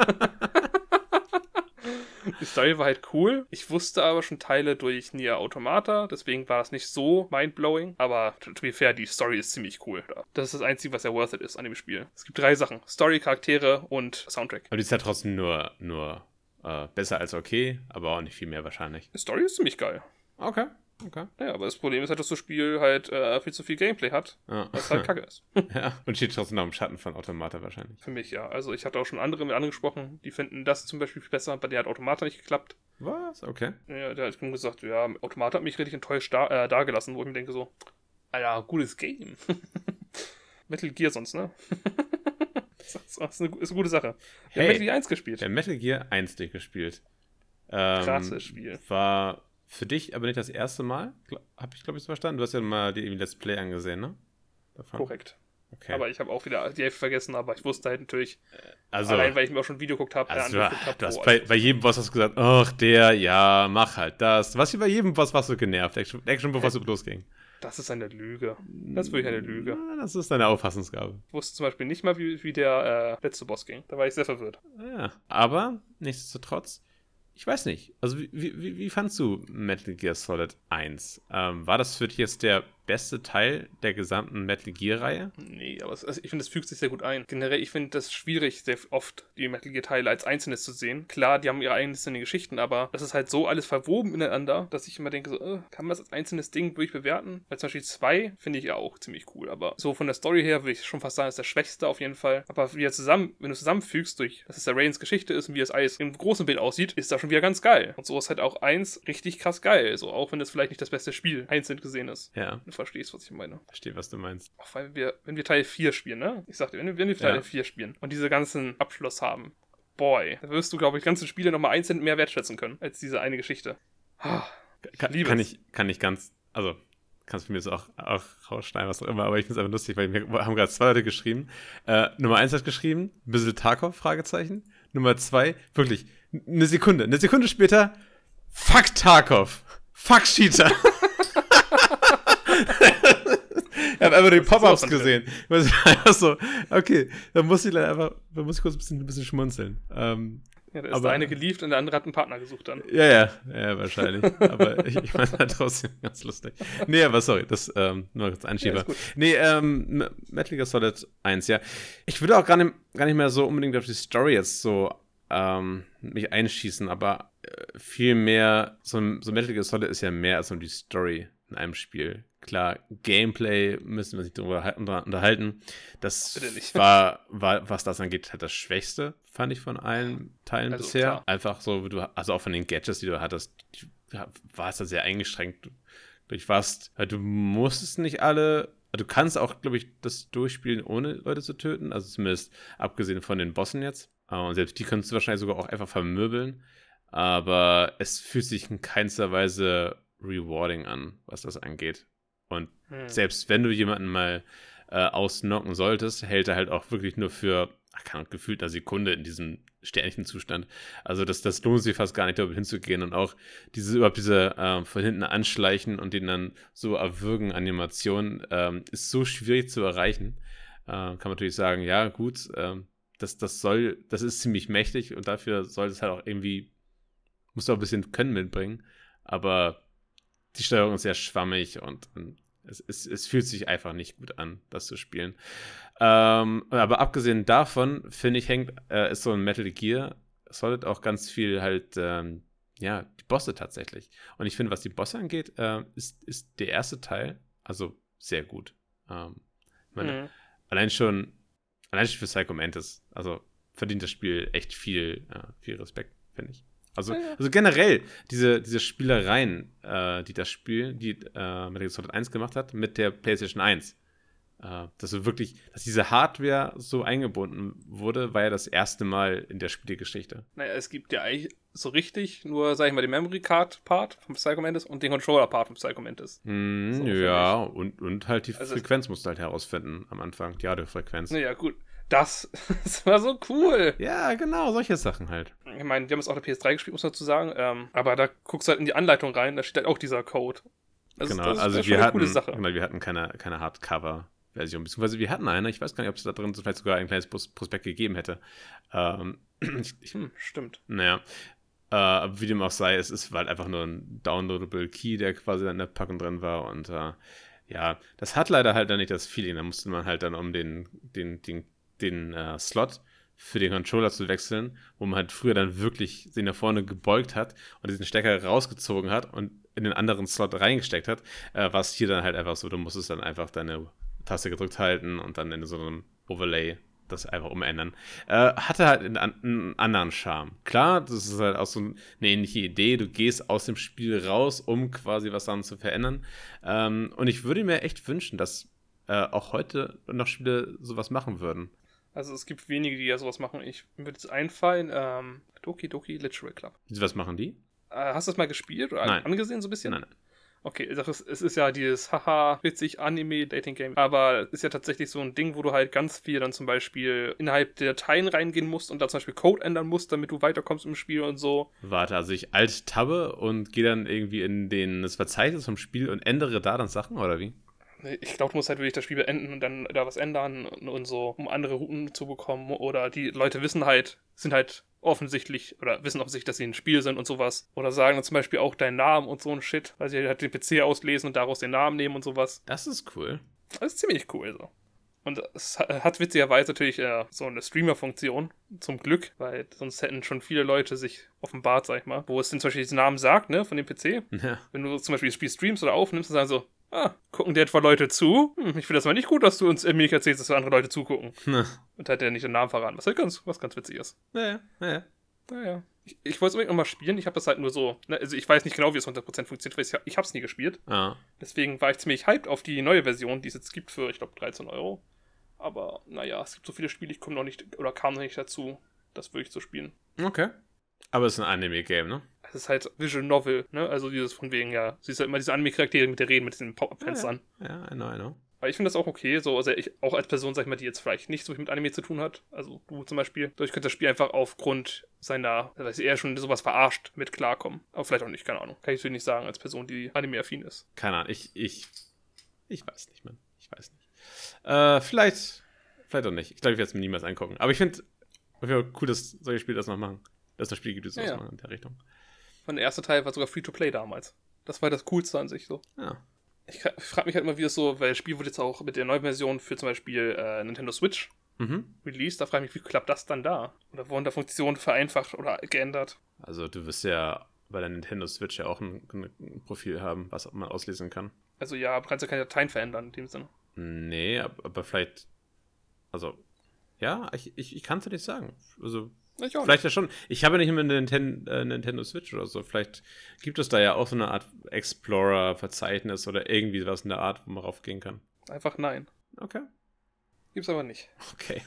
B: die Story war halt cool. Ich wusste aber schon Teile durch Nier Automata, deswegen war das nicht so mindblowing. Aber to be fair, die Story ist ziemlich cool. Das ist das Einzige, was ja worth it ist an dem Spiel. Es gibt drei Sachen: Story, Charaktere und Soundtrack.
A: Aber die ist ja trotzdem nur, nur äh, besser als okay, aber auch nicht viel mehr wahrscheinlich.
B: Die Story ist ziemlich geil.
A: Okay, okay.
B: Naja, aber das Problem ist halt, dass das Spiel halt äh, viel zu viel Gameplay hat,
A: Ja.
B: was halt kacke ist.
A: Ja, und steht trotzdem noch im Schatten von Automata wahrscheinlich.
B: Für mich ja. Also ich hatte auch schon andere mit anderen gesprochen, die finden das zum Beispiel viel besser, bei der hat Automata nicht geklappt.
A: Was? Okay.
B: Ja, der hat gesagt, ja, Automata hat mich richtig enttäuscht da, äh, dagelassen, wo ich mir denke so, Alter, gutes Game. Metal Gear sonst, ne? das ist, das ist, eine, ist eine gute Sache. Wir
A: Hey,
B: haben Metal Gear eins gespielt.
A: Der Metal Gear eins durchgespielt. Ähm,
B: Krasses Spiel.
A: War für dich aber nicht das erste Mal, habe ich glaube ich so verstanden. Du hast ja mal die Let's Play angesehen, ne? davon?
B: Korrekt.
A: Okay.
B: Aber ich habe auch wieder die Hälfte vergessen, aber ich wusste halt natürlich,
A: also,
B: allein weil ich mir auch schon ein Video geguckt habe,
A: also
B: äh,
A: du,
B: angeguckt habe.
A: du hast
B: wo
A: bei,
B: alles
A: bei jedem Boss hast du gesagt, ach der, ja, mach halt das. Was wie bei jedem Boss warst du genervt, direkt schon, direkt schon bevor es so losging.
B: Das ist eine Lüge. Das ist wirklich eine Lüge.
A: Na, das ist deine Auffassungsgabe.
B: Ich wusste zum Beispiel nicht mal, wie, wie der äh, letzte Boss ging. Da war ich sehr verwirrt.
A: Ja, aber nichtsdestotrotz, ich weiß nicht. Also wie, wie, wie fandst du Metal Gear Solid eins? Ähm, war das für dich jetzt der beste Teil der gesamten Metal Gear-Reihe?
B: Nee, aber es, also ich finde, es fügt sich sehr gut ein. Generell, ich finde das schwierig, sehr oft die Metal Gear-Teile als Einzelnes zu sehen. Klar, die haben ihre eigenen Geschichten, aber das ist halt so alles verwoben ineinander, dass ich immer denke, so, äh, kann man das als einzelnes Ding wirklich bewerten? Weil zum Beispiel zwei finde ich ja auch ziemlich cool, aber so von der Story her würde ich schon fast sagen, ist der schwächste auf jeden Fall. Aber wie er zusammen, wenn du zusammenfügst, durch, dass es der Rains Geschichte ist und wie das alles im großen Bild aussieht, ist das schon wieder ganz geil. Und so ist halt auch eins richtig krass geil. So, auch wenn das vielleicht nicht das beste Spiel einzeln gesehen ist.
A: Ja.
B: Du verstehst, was ich meine.
A: Verstehe, was du meinst.
B: Auch weil wir, wenn wir Teil vier spielen, ne? Ich sagte, wenn wir, wenn wir Teil
A: Ja.
B: vier spielen und diese ganzen Abschluss haben, boy, da wirst du, glaube ich, ganze Spiele nochmal einzeln mehr wertschätzen können, als diese eine Geschichte. Ah,
A: Kann,
B: liebe
A: kann
B: es.
A: ich, kann ich ganz, also kannst du mir so auch, auch rausschneiden, was auch immer, aber ich finde es einfach lustig, weil wir haben gerade zwei Leute geschrieben. Äh, Nummer eins hat geschrieben, Bissel Tarkov, Fragezeichen. Nummer zwei, wirklich, eine Sekunde, eine Sekunde später, fuck Tarkov, fuck Cheater. Ich habe einfach die Pop-Ups gesehen. Ich war einfach so, okay, da muss ich leider einfach, da muss ich kurz ein bisschen, ein bisschen schmunzeln. Ähm,
B: Ja, da ist
A: aber-
B: der eine geliebt und der andere hat einen Partner gesucht dann.
A: Ja, ja, ja, wahrscheinlich. Aber ich, ich meine halt trotzdem ganz lustig. Nee, aber sorry, das ähm, nur als Anschieber.
B: Ja, ist gut.
A: Nee, ähm, M- Metal Gear Solid eins, ja. Ich würde auch gar nicht, gar nicht mehr so unbedingt auf die Story jetzt so ähm, mich einschießen, aber äh, viel mehr, so, so Metal Gear Solid ist ja mehr als nur die Story in einem Spiel. Klar, Gameplay müssen wir sich darüber halt unter- unterhalten. Das
B: Bitte nicht.
A: war, war, was das angeht, halt das Schwächste, fand ich von allen Teilen
B: Also,
A: bisher.
B: klar.
A: Einfach so, wie du, also auch von den Gadgets, die du hattest, die, ja, war es da sehr eingeschränkt. Du, du warst, halt, du musstest nicht alle, du kannst auch, glaube ich, das durchspielen, ohne Leute zu töten. Also zumindest abgesehen von den Bossen jetzt. Äh, Und selbst die könntest du wahrscheinlich sogar auch einfach vermöbeln. Aber es fühlt sich in keinster Weise rewarding an, was das angeht. Und
B: Hm.
A: selbst wenn du jemanden mal äh, ausnocken solltest, hält er halt auch wirklich nur für, ach, keine Ahnung, gefühlt eine Sekunde in diesem Sternchenzustand. Also das, das lohnt sich fast gar nicht, dort hinzugehen. Und auch diese, überhaupt diese äh, von hinten anschleichen und den dann so erwürgen Animation ähm, ist so schwierig zu erreichen. Äh, kann man natürlich sagen, ja gut, ähm, das, das soll, das ist ziemlich mächtig und dafür soll es halt auch irgendwie, musst du auch ein bisschen Können mitbringen. Aber die Steuerung ist sehr schwammig und, und es, es, es fühlt sich einfach nicht gut an, das zu spielen. Ähm, aber abgesehen davon, finde ich, hängt, äh, ist so ein Metal Gear Solid auch ganz viel halt, ähm, ja, die Bosse tatsächlich. Und ich finde, was die Bosse angeht, äh, ist, ist der erste Teil, also sehr gut. Ähm, ich meine,
B: Mhm.
A: allein schon, allein schon für Psycho Mantis, also verdient das Spiel echt viel, äh, viel Respekt, finde ich. Also,
B: Ja, ja.
A: also generell, diese, diese Spielereien, äh, die das Spiel, die äh, Metal Gear Solid eins gemacht hat, mit der PlayStation eins. Äh, dass so wirklich, dass diese Hardware so eingebunden wurde, war ja das erste Mal in der Spielegeschichte.
B: Naja, es gibt ja eigentlich so richtig nur, sag ich mal, den Memory Card Part vom Psycho Mantis und den Controller Part vom Psycho Mantis.
A: Hm,
B: So,
A: ja, und, und halt die
B: Also-
A: Frequenz musst du halt herausfinden am Anfang, die Radiofrequenz.
B: Naja, gut. Das, das war so cool.
A: Ja, genau, solche Sachen halt.
B: Ich meine, wir haben es auch auf der P S drei gespielt, muss man dazu sagen. Ähm, aber da guckst du halt in die Anleitung rein, da steht halt auch dieser Code. Also
A: genau,
B: das ist,
A: also
B: das ist
A: wir
B: schon eine
A: hatten,
B: coole Sache.
A: genau, wir hatten keine, keine Hardcover-Version, beziehungsweise wir hatten eine, ich weiß gar nicht, ob es da drin so vielleicht sogar ein kleines Pros- Prospekt gegeben hätte. Ähm, ich, ich,
B: Hm, stimmt.
A: naja, äh, aber wie dem auch sei, es ist halt einfach nur ein downloadable Key, der quasi in der Packung drin war und äh, ja, das hat leider halt dann nicht das Feeling, da musste man halt dann um den, den, den, den äh, Slot für den Controller zu wechseln, wo man halt früher dann wirklich sich nach vorne gebeugt hat und diesen Stecker rausgezogen hat und in den anderen Slot reingesteckt hat, äh, war es hier dann halt einfach so, du musstest dann einfach deine Taste gedrückt halten und dann in so einem Overlay das einfach umändern. Äh, hatte halt einen, einen anderen Charme. Klar, das ist halt auch so eine ähnliche Idee, du gehst aus dem Spiel raus, um quasi was daran zu verändern. Ähm, und ich würde mir echt wünschen, dass äh, auch heute noch Spiele sowas machen würden.
B: Also es gibt wenige, die ja sowas machen. Ich mir würde jetzt einfallen, ähm, Doki Doki Literal Club.
A: Was machen die?
B: Äh, hast du das mal gespielt oder
A: Nein.
B: angesehen so ein bisschen?
A: Nein, nein.
B: Okay, ich sag, es es ist ja dieses haha, witzig Anime-Dating-Game, aber es ist ja tatsächlich so ein Ding, wo du halt ganz viel dann zum Beispiel innerhalb der Dateien reingehen musst und da zum Beispiel Code ändern musst, damit du weiterkommst im Spiel und so.
A: Warte, also ich alt-tabbe und gehe dann irgendwie in den, das Verzeichnis vom Spiel und ändere da dann Sachen, oder wie?
B: Ich glaube, du musst halt wirklich das Spiel beenden und dann da was ändern und, und so, um andere Routen zu bekommen. Oder die Leute wissen halt, sind halt offensichtlich oder wissen offensichtlich, dass sie ein Spiel sind und sowas. Oder sagen dann zum Beispiel auch deinen Namen und so ein Shit, weil sie halt den P C auslesen und daraus den Namen nehmen und sowas.
A: Das ist cool.
B: Das ist ziemlich cool so. Und es hat witzigerweise natürlich äh, so eine Streamer-Funktion, zum Glück, weil sonst hätten schon viele Leute sich offenbart, sag ich mal, wo es dann zum Beispiel diesen Namen sagt, ne, von dem P C.
A: Ja.
B: Wenn du zum Beispiel das Spiel streamst oder aufnimmst und sagen so, ah, gucken dir etwa Leute zu? Hm, ich finde das mal nicht gut, dass du uns äh, mir nicht erzählst, dass du andere Leute zugucken.
A: Na.
B: Und hat er nicht den Namen verraten, was halt ganz, was ganz witzig ist.
A: Naja, naja.
B: Naja. Ich, ich wollte es unbedingt nochmal spielen, ich habe das halt nur so, ne, also ich weiß nicht genau, wie es hundert Prozent funktioniert, weil ich, ich habe es nie gespielt.
A: Ah.
B: Deswegen war ich ziemlich hyped auf die neue Version, die es jetzt gibt für, ich glaube, dreizehn Euro. Aber naja, es gibt so viele Spiele, ich komme noch nicht, oder kam noch nicht dazu, das wirklich zu spielen.
A: Okay. Aber es ist ein Anime-Game, ne?
B: Es ist halt Visual Novel, ne? Also dieses von wegen, ja, siehst halt immer diese Anime-Charaktere mit der reden, mit diesen Pop-Up-Fenstern.
A: Ja, ja, I know, I know.
B: Aber ich finde das auch okay, so, also ich, auch als Person, sag ich mal, die jetzt vielleicht nicht so viel mit Anime zu tun hat, also du zum Beispiel, dadurch könnte das Spiel einfach aufgrund seiner, weiß ich, eher schon sowas verarscht mit klarkommen. Aber vielleicht auch nicht, keine Ahnung. Kann ich so nicht sagen, als Person, die Anime-affin ist.
A: Keine Ahnung, ich, ich, ich weiß nicht, Mann. Ich weiß nicht. Äh, vielleicht, vielleicht auch nicht. Ich glaube, ich werde es mir niemals angucken. Aber ich finde cool, dass solche Spiele das noch machen. Dass es noch Spiele gibt, die sowas
B: Ja, ja.
A: machen in der Richtung.
B: Und der erste Teil war sogar Free-to-Play damals. Das war das Coolste an sich so.
A: Ja.
B: Ich, ich frage mich halt immer, wie das so, weil das Spiel wurde jetzt auch mit der neuen Version für zum Beispiel äh, Nintendo Switch
A: Mhm.
B: released. Da frage ich mich, wie klappt das dann da? Oder wurden da Funktionen vereinfacht oder geändert?
A: Also du wirst ja bei der Nintendo Switch ja auch ein, ein Profil haben, was man auslesen kann.
B: Also ja, du kannst ja keine Dateien verändern in dem Sinne.
A: Nee, ab- aber vielleicht, also, ja, ich, ich, ich kann es dir nicht sagen. Also,
B: Ich auch
A: vielleicht ja schon. Ich habe nicht immer eine Ninten- äh, Nintendo Switch oder so. Vielleicht gibt es da ja auch so eine Art Explorer-Verzeichnis oder irgendwie was in der Art, wo man raufgehen kann.
B: nicht. Einfach nein.
A: Okay.
B: Gibt's aber nicht.
A: Okay.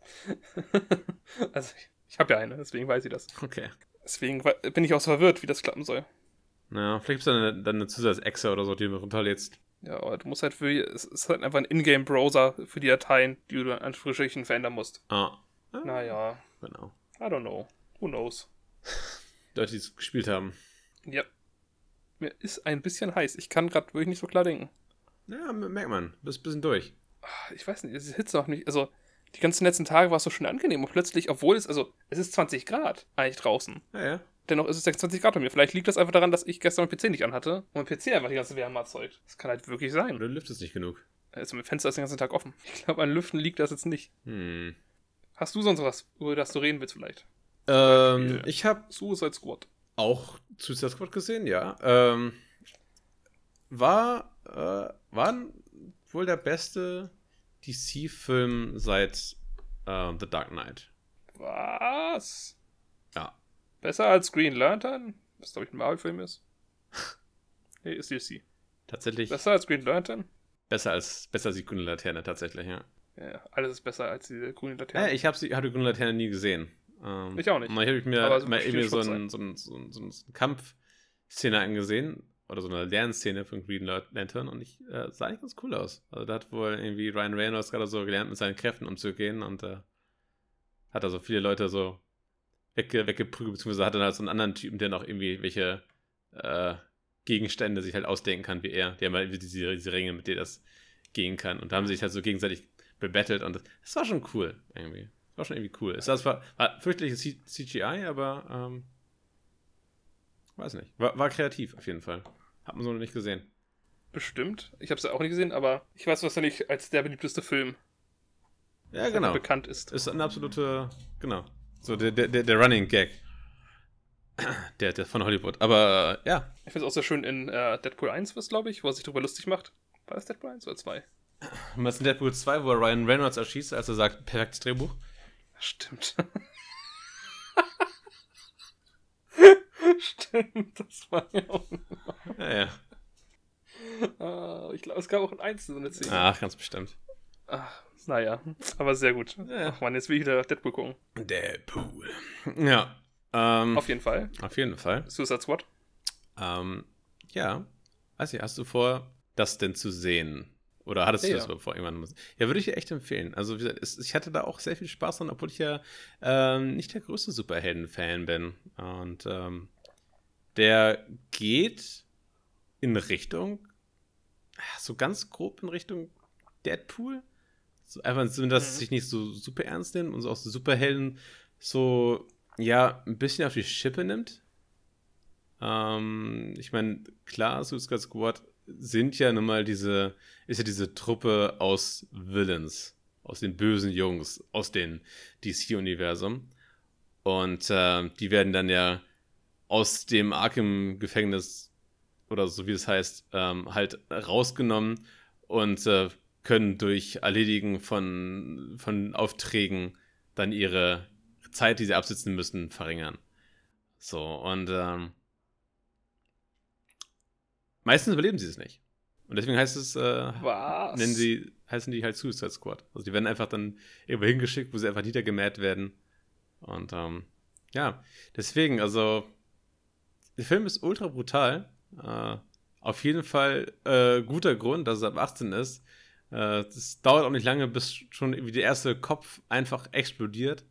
B: Also ich, ich habe ja eine, deswegen weiß ich das.
A: Okay.
B: Deswegen wa- bin ich auch so verwirrt, wie das klappen soll.
A: Naja, vielleicht gibt es dann eine, dann eine Zusatz-Exe oder so, die du runterlädst.
B: Ja, aber du musst halt für, es ist halt einfach ein Ingame-Browser für die Dateien, die du dann an Frischchen verändern musst.
A: Ah. ah.
B: Naja,
A: Genau.
B: I don't know. Who knows?
A: Leute, die es gespielt haben.
B: Ja. Mir ist ein bisschen heiß. Ich kann gerade wirklich nicht so klar denken.
A: Ja, merkt man. Du bist ein bisschen durch.
B: Ah, Ich weiß nicht, diese Hitze noch nicht. Also, die ganzen letzten Tage war es so schön angenehm und plötzlich, obwohl es, also, es ist zwanzig Grad eigentlich draußen.
A: Ja, ja.
B: Dennoch ist es sechsundzwanzig Grad bei mir. Vielleicht liegt das einfach daran, dass ich gestern meinen P C nicht anhatte und mein P C einfach die ganze Wärme erzeugt. Das kann halt wirklich sein.
A: Oder du lüftest nicht genug.
B: Also, mein Fenster ist den ganzen Tag offen. Ich glaube, an Lüften liegt das jetzt nicht.
A: Hm.
B: Hast du sonst was, über das du reden willst vielleicht?
A: Ähm,
B: Beispiel-
A: ich habe
B: Suicide Squad.
A: auch Suicide Squad gesehen, ja. Ähm, war, äh, war wohl der beste D C-Film seit äh, The Dark Knight.
B: Was?
A: Ja.
B: Besser als Green Lantern? Was, glaube ich, ein Marvel-Film ist. Nee, ist D C.
A: Tatsächlich
B: Besser als Green Lantern?
A: besser als besser als die grüne Laterne, tatsächlich, ja.
B: Ja, alles ist besser als diese grüne
A: Ja,
B: Laterne.
A: ich habe die grüne Laterne nie gesehen. Ähm,
B: Ich auch nicht.
A: Und dann habe ich mir
B: Aber so
A: mal
B: steht
A: irgendwie so,
B: schon
A: ein, so, ein, so, ein, so eine Kampfszene angesehen. Oder so eine Lernszene von Green Lantern. Und ich äh, sah eigentlich ganz cool aus. Also da hat wohl irgendwie Ryan Reynolds gerade so gelernt, mit seinen Kräften umzugehen. Und äh, hat also viele Leute so wegge weggeprügelt, beziehungsweise hat dann halt so einen anderen Typen, der noch irgendwie welche äh, Gegenstände sich halt ausdenken kann wie er. Die haben halt diese, diese Ringe, mit denen das gehen kann. Und da haben sie sich halt so gegenseitig bebattelt. Und das, das war schon cool, irgendwie. Das war schon irgendwie cool. Es war, es war, war fürchterliches C G I, aber ähm, weiß nicht. War, war kreativ auf jeden Fall. Hat man so noch nicht gesehen.
B: Bestimmt. Ich habe es ja auch nicht gesehen, aber ich weiß wahrscheinlich als der beliebteste Film
A: Ja,
B: der
A: genau.
B: bekannt ist.
A: Ist eine absolute, genau. So der, der, der der Running Gag. Der, der von Hollywood. Aber äh, ja.
B: Ich finde es auch sehr schön in äh, Deadpool eins, was glaube ich, wo er sich darüber lustig macht. War das Deadpool eins oder zwei?
A: Und was in Deadpool zwei, wo er Ryan Reynolds erschießt, als er sagt, perfektes Drehbuch.
B: Stimmt. Stimmt, das war ja auch.
A: Ja, ja.
B: Ah, ich glaube, es gab auch ein eins so eine Szene.
A: Ach, ganz bestimmt.
B: Ach, naja, aber sehr gut.
A: Ja.
B: Ach man, jetzt will ich wieder Deadpool gucken.
A: Deadpool. Ja. Ähm,
B: Auf jeden Fall.
A: auf jeden Fall.
B: Suicide Squad.
A: Ähm, ja. weiß ich, hast du vor, das denn zu sehen? Oder hattest
B: Ja,
A: du das
B: ja.
A: überhaupt vor irgendwann? Ja, würde ich dir echt empfehlen. Also, wie gesagt, es, ich hatte da auch sehr viel Spaß dran, obwohl ich ja ähm, nicht der größte Superhelden-Fan bin. Und ähm, der geht in Richtung, so ganz grob in Richtung Deadpool. So einfach so, dass es
B: Mhm.
A: sich nicht so super ernst nimmt und so auch so Superhelden so, ja, ein bisschen auf die Schippe nimmt. Ähm, ich meine, klar, Suicide Squad sind ja nun mal diese, ist ja diese Truppe aus Villains, aus den bösen Jungs, aus dem D C-Universum. Und äh, die werden dann ja aus dem Arkham-Gefängnis oder so wie es heißt, ähm, halt rausgenommen und äh, können durch Erledigen von, von Aufträgen dann ihre Zeit, die sie absitzen müssen, verringern. So, und ähm, meistens überleben sie es nicht. Und deswegen heißt es, äh, nennen
B: Was?
A: sie, heißen die halt Suicide Squad. Also die werden einfach dann irgendwo hingeschickt, wo sie einfach niedergemäht werden. Und ähm, ja, deswegen, also der Film ist ultra brutal. Äh, auf jeden Fall äh, guter Grund, dass es ab achtzehn ist. Äh, das dauert auch nicht lange, bis schon irgendwie der erste Kopf einfach explodiert.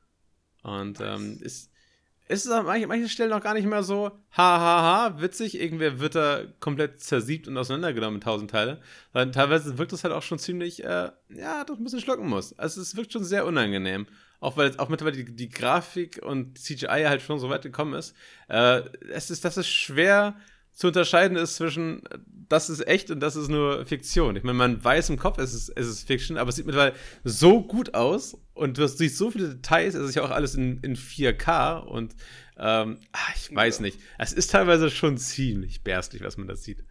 A: Und ähm,
B: Was?
A: ist, ist es an manchen, manchen Stellen auch gar nicht mehr so, ha, ha, ha, witzig, irgendwer wird da komplett zersiebt und auseinandergenommen in tausend Teile. Weil teilweise wirkt es halt auch schon ziemlich, äh, ja, doch ein bisschen schlucken muss. Also es wirkt schon sehr unangenehm. Auch weil auch mittlerweile die, die Grafik und C G I halt schon so weit gekommen ist. Äh, es ist, dass es schwer zu unterscheiden ist zwischen, äh, das ist echt und das ist nur Fiktion. Ich meine, man weiß im Kopf, es ist, es ist Fiction, aber es sieht mittlerweile so gut aus und du siehst so viele Details, es ist ja auch alles in, in vier K und ähm, ach, ich weiß
B: Ja.
A: nicht. Es ist teilweise schon ziemlich bärstlich, was man da sieht.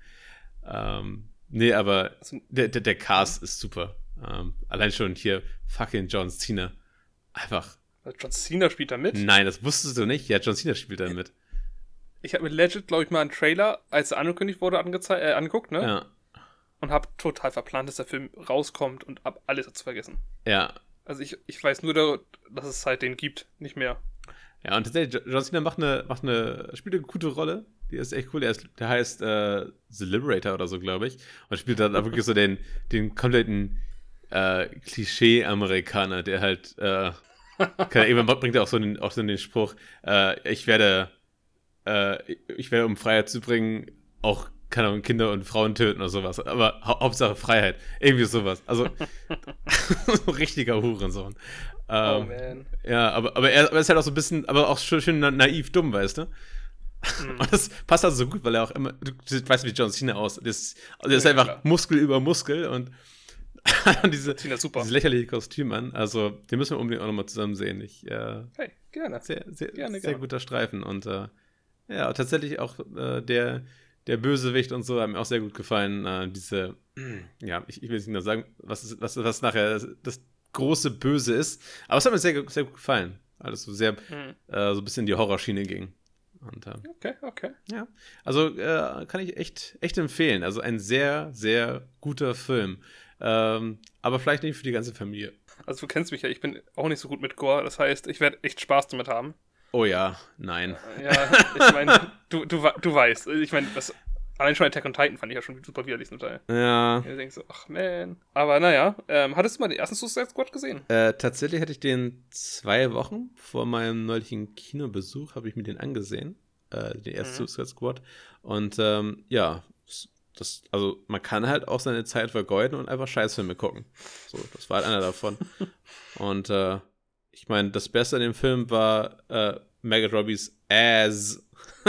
A: Ähm, nee, aber
B: Also,
A: der, der, der
B: mhm.
A: Cast ist super. Ähm, allein schon hier fucking John Cena. Einfach.
B: John Cena spielt da mit.
A: Nein, das wusstest du nicht. Ja, John Cena spielt da mit.
B: Ich habe mir legit, glaube ich, mal einen Trailer, als er angekündigt wurde, angezei- äh, angeguckt, ne?
A: Ja,
B: Und habe total verplant, dass der Film rauskommt und ab alles dazu vergessen.
A: ja.
B: Also ich, ich weiß nur, da- dass es halt den gibt, nicht mehr.
A: Ja, und tatsächlich, John Cena macht eine, macht eine, spielt eine gute Rolle. Die ist echt cool. Er ist, der heißt äh, The Liberator oder so, glaube ich. Und spielt dann wirklich so den, den kompletten äh, Klischee-Amerikaner, der halt, äh, kann, irgendwann bringt er auch so den, auch so den Spruch, äh, ich werde, äh, ich werde, um Freiheit zu bringen, auch, keine Ahnung, Kinder und Frauen töten oder sowas. Aber hau Hauptsache Freiheit. Irgendwie sowas. Also, so richtiger Hurensohn.
B: Oh
A: Ähm,
B: man.
A: ja, aber, aber er aber ist halt auch so ein bisschen, aber auch schön, schön na- naiv dumm, weißt du?
B: Hm.
A: Und das passt also so gut, weil er auch immer, du, du weißt, wie John Cena aus. Der ist, also der ist
B: Ja,
A: einfach
B: klar.
A: Muskel über Muskel und diese,
B: Cena ist super.
A: dieses lächerliche Kostüm an. Also, den müssen wir unbedingt auch nochmal zusammen sehen. Ich, äh,
B: Hey, gerne.
A: sehr, sehr,
B: Gerne,
A: sehr
B: gerne.
A: guter Streifen. Und äh, ja, tatsächlich auch äh, der, der Bösewicht und so hat mir auch sehr gut gefallen. Äh, diese, ja, ich, ich will nicht nur sagen, was, ist, was, was nachher das, das große Böse ist. Aber es hat mir sehr, sehr gut gefallen. Alles so sehr,
B: Hm.
A: äh, so ein bisschen in die Horrorschiene ging. Und äh,
B: Okay, okay.
A: ja, also äh, kann ich echt, echt empfehlen. Also ein sehr, sehr guter Film. Ähm, aber vielleicht nicht für die ganze Familie.
B: Also du kennst mich ja, ich bin auch nicht so gut mit Gore, das heißt, ich werde echt Spaß damit haben.
A: Oh ja, nein.
B: Ja, ich meine, du, du, we- du weißt, ich meine, das allein schon Attack on Titan fand ich ja schon super widerlich zum Teil.
A: Ja,
B: Ja, du denkst so, ach man. Aber naja, ähm, hattest du mal den ersten Suicide Squad gesehen?
A: äh, tatsächlich hatte ich den zwei Wochen vor meinem neulichen Kinobesuch, habe ich mir den angesehen. Äh, den ersten
B: Mhm.
A: Suicide Squad. Und ähm, ja, s- das, also man kann halt auch seine Zeit vergeuden und einfach Scheißfilme gucken. So, das war halt einer davon. Und äh, ich meine, das Beste an dem Film war äh, Margot Robbies Ass.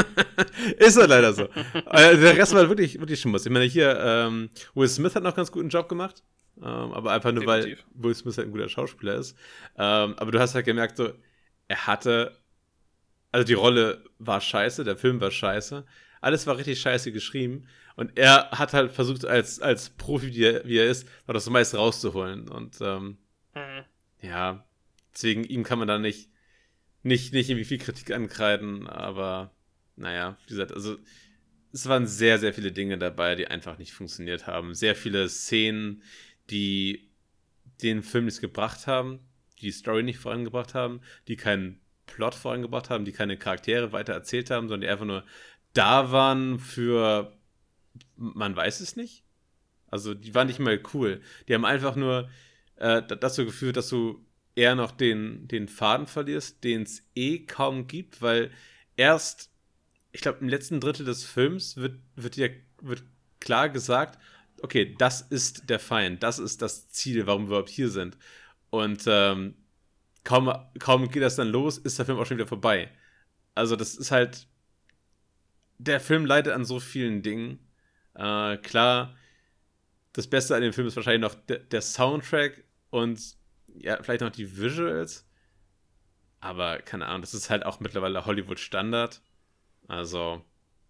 A: Ist halt leider so. Äh, der Rest war wirklich, wirklich Schmutz. Ich meine, hier, ähm, Will Smith hat noch einen ganz guten Job gemacht. Ähm, aber einfach nur,
B: Definitiv.
A: weil Will Smith halt ein guter Schauspieler ist. Ähm, aber du hast halt gemerkt, so, er hatte, also die Rolle war scheiße, der Film war scheiße. Alles war richtig scheiße geschrieben. Und er hat halt versucht, als, als Profi, wie er, wie er ist, noch das meiste rauszuholen. Und ähm,
B: Mhm.
A: ja, deswegen ihm kann man da nicht, nicht, nicht irgendwie viel Kritik ankreiden, aber naja, wie gesagt, also es waren sehr, sehr viele Dinge dabei, die einfach nicht funktioniert haben. Sehr viele Szenen, die den Film nicht gebracht haben, die Story nicht vorangebracht haben, die keinen Plot vorangebracht haben, die keine Charaktere weiter erzählt haben, sondern die einfach nur da waren für man weiß es nicht. Also die waren nicht mal cool. Die haben einfach nur äh, dazu geführt, dass du eher noch den, den Faden verlierst, den es eh kaum gibt, weil erst, ich glaube, im letzten Drittel des Films wird, wird dir wird klar gesagt, okay, das ist der Feind, das ist das Ziel, warum wir überhaupt hier sind. Und ähm, kaum, kaum geht das dann los, ist der Film auch schon wieder vorbei. Also das ist halt, der Film leidet an so vielen Dingen. Äh, klar, das Beste an dem Film ist wahrscheinlich noch der, der Soundtrack und ja, vielleicht noch die Visuals. Aber keine Ahnung, das ist halt auch mittlerweile Hollywood-Standard. Also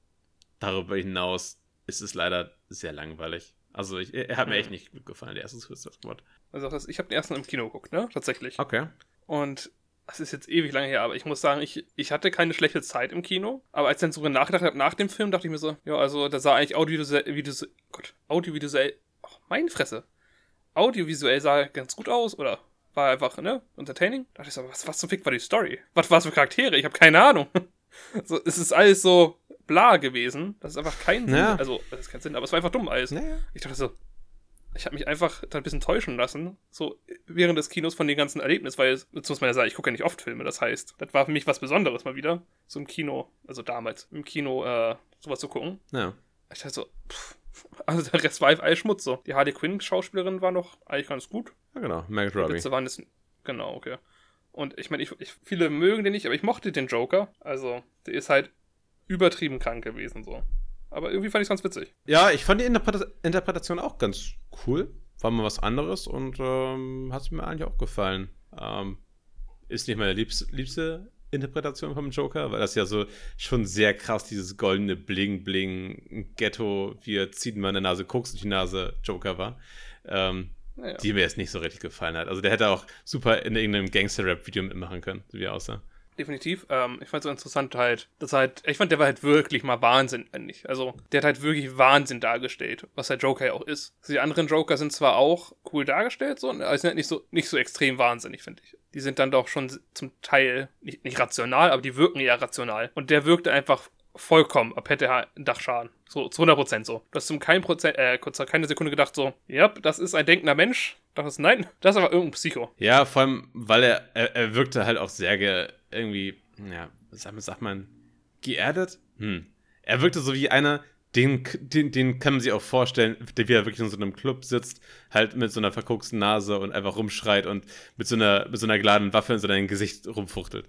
A: darüber hinaus ist es leider sehr langweilig. Also ich, er hat mir echt nicht gut gefallen, der erste Suicide Squad.
B: Also das, ich habe den ersten im Kino geguckt, ne? Tatsächlich.
A: Okay.
B: Und das ist jetzt ewig lange her, aber ich muss sagen, ich, ich hatte keine schlechte Zeit im Kino. Aber als ich dann so nachgedacht habe, nach dem Film, dachte ich mir so, ja, also da sah eigentlich audiovisuell, visuell, Gott, audiovisuell, oh, meine Fresse, audiovisuell sah ganz gut aus, oder war einfach, ne, entertaining. Da dachte ich so, was, was zum Fick war die Story? Was war es für Charaktere? Ich habe keine Ahnung. So, es ist alles so bla gewesen. Das ist einfach kein Sinn.
A: Ja.
B: Also, das ist kein Sinn, aber es war einfach dumm alles.
A: Naja.
B: Ich dachte so, ich habe mich einfach da ein bisschen täuschen lassen, so während des Kinos von den ganzen Erlebnissen, weil, jetzt muss man ja sagen, ich gucke ja nicht oft Filme, das heißt, das war für mich was Besonderes mal wieder, so im Kino, also damals, im Kino äh, sowas zu gucken.
A: Ja.
B: Ich dachte so, pff, also der Rest war alles Schmutz so. Die Harley Quinn-Schauspielerin war noch eigentlich ganz gut.
A: Ja, genau, Margot
B: Die
A: Robbie.
B: Witze waren das, genau, okay. Und ich meine, ich, ich, viele mögen den nicht, aber ich mochte den Joker, also der ist halt übertrieben krank gewesen so. Aber irgendwie fand ich es ganz witzig.
A: Ja, ich fand die Interpre- Interpretation auch ganz cool. War mal was anderes und ähm, hat mir eigentlich auch gefallen. Ähm, ist nicht meine liebste, liebste Interpretation vom Joker, weil das ja so schon sehr krass dieses goldene Bling-Bling Ghetto, wir ziehen meine Nase, Koks durch die Nase Joker war. Ähm,
B: Naja.
A: Die mir jetzt nicht so richtig gefallen hat. Also der hätte auch super in irgendeinem Gangster-Rap-Video mitmachen können, so wie er aussah.
B: Definitiv. Ähm, ich fand es so interessant halt, dass halt, ich fand, der war halt wirklich mal wahnsinnig. Also, der hat halt wirklich Wahnsinn dargestellt, was der Joker ja auch ist. Also die anderen Joker sind zwar auch cool dargestellt, so, aber sind halt nicht so, nicht so extrem wahnsinnig, finde ich. Die sind dann doch schon zum Teil nicht, nicht rational, aber die wirken eher rational. Und der wirkte einfach vollkommen, ab hätte er einen Dachschaden. So, zu hundert Prozent so. Du hast zum kein Prozent, äh, kurz keine Sekunde gedacht so, ja, das ist ein denkender Mensch. Du dachtest, nein, das ist aber irgendein Psycho.
A: Ja, vor allem, weil er, er, er wirkte halt auch sehr ge, irgendwie, ja, sagt, sagt man, geerdet? Hm. Er wirkte so wie einer, den, den, den kann man sich auch vorstellen, der wieder wirklich in so einem Club sitzt, halt mit so einer verkoksten Nase und einfach rumschreit und mit so einer, mit so einer geladenen Waffe in so dein Gesicht rumfuchtelt.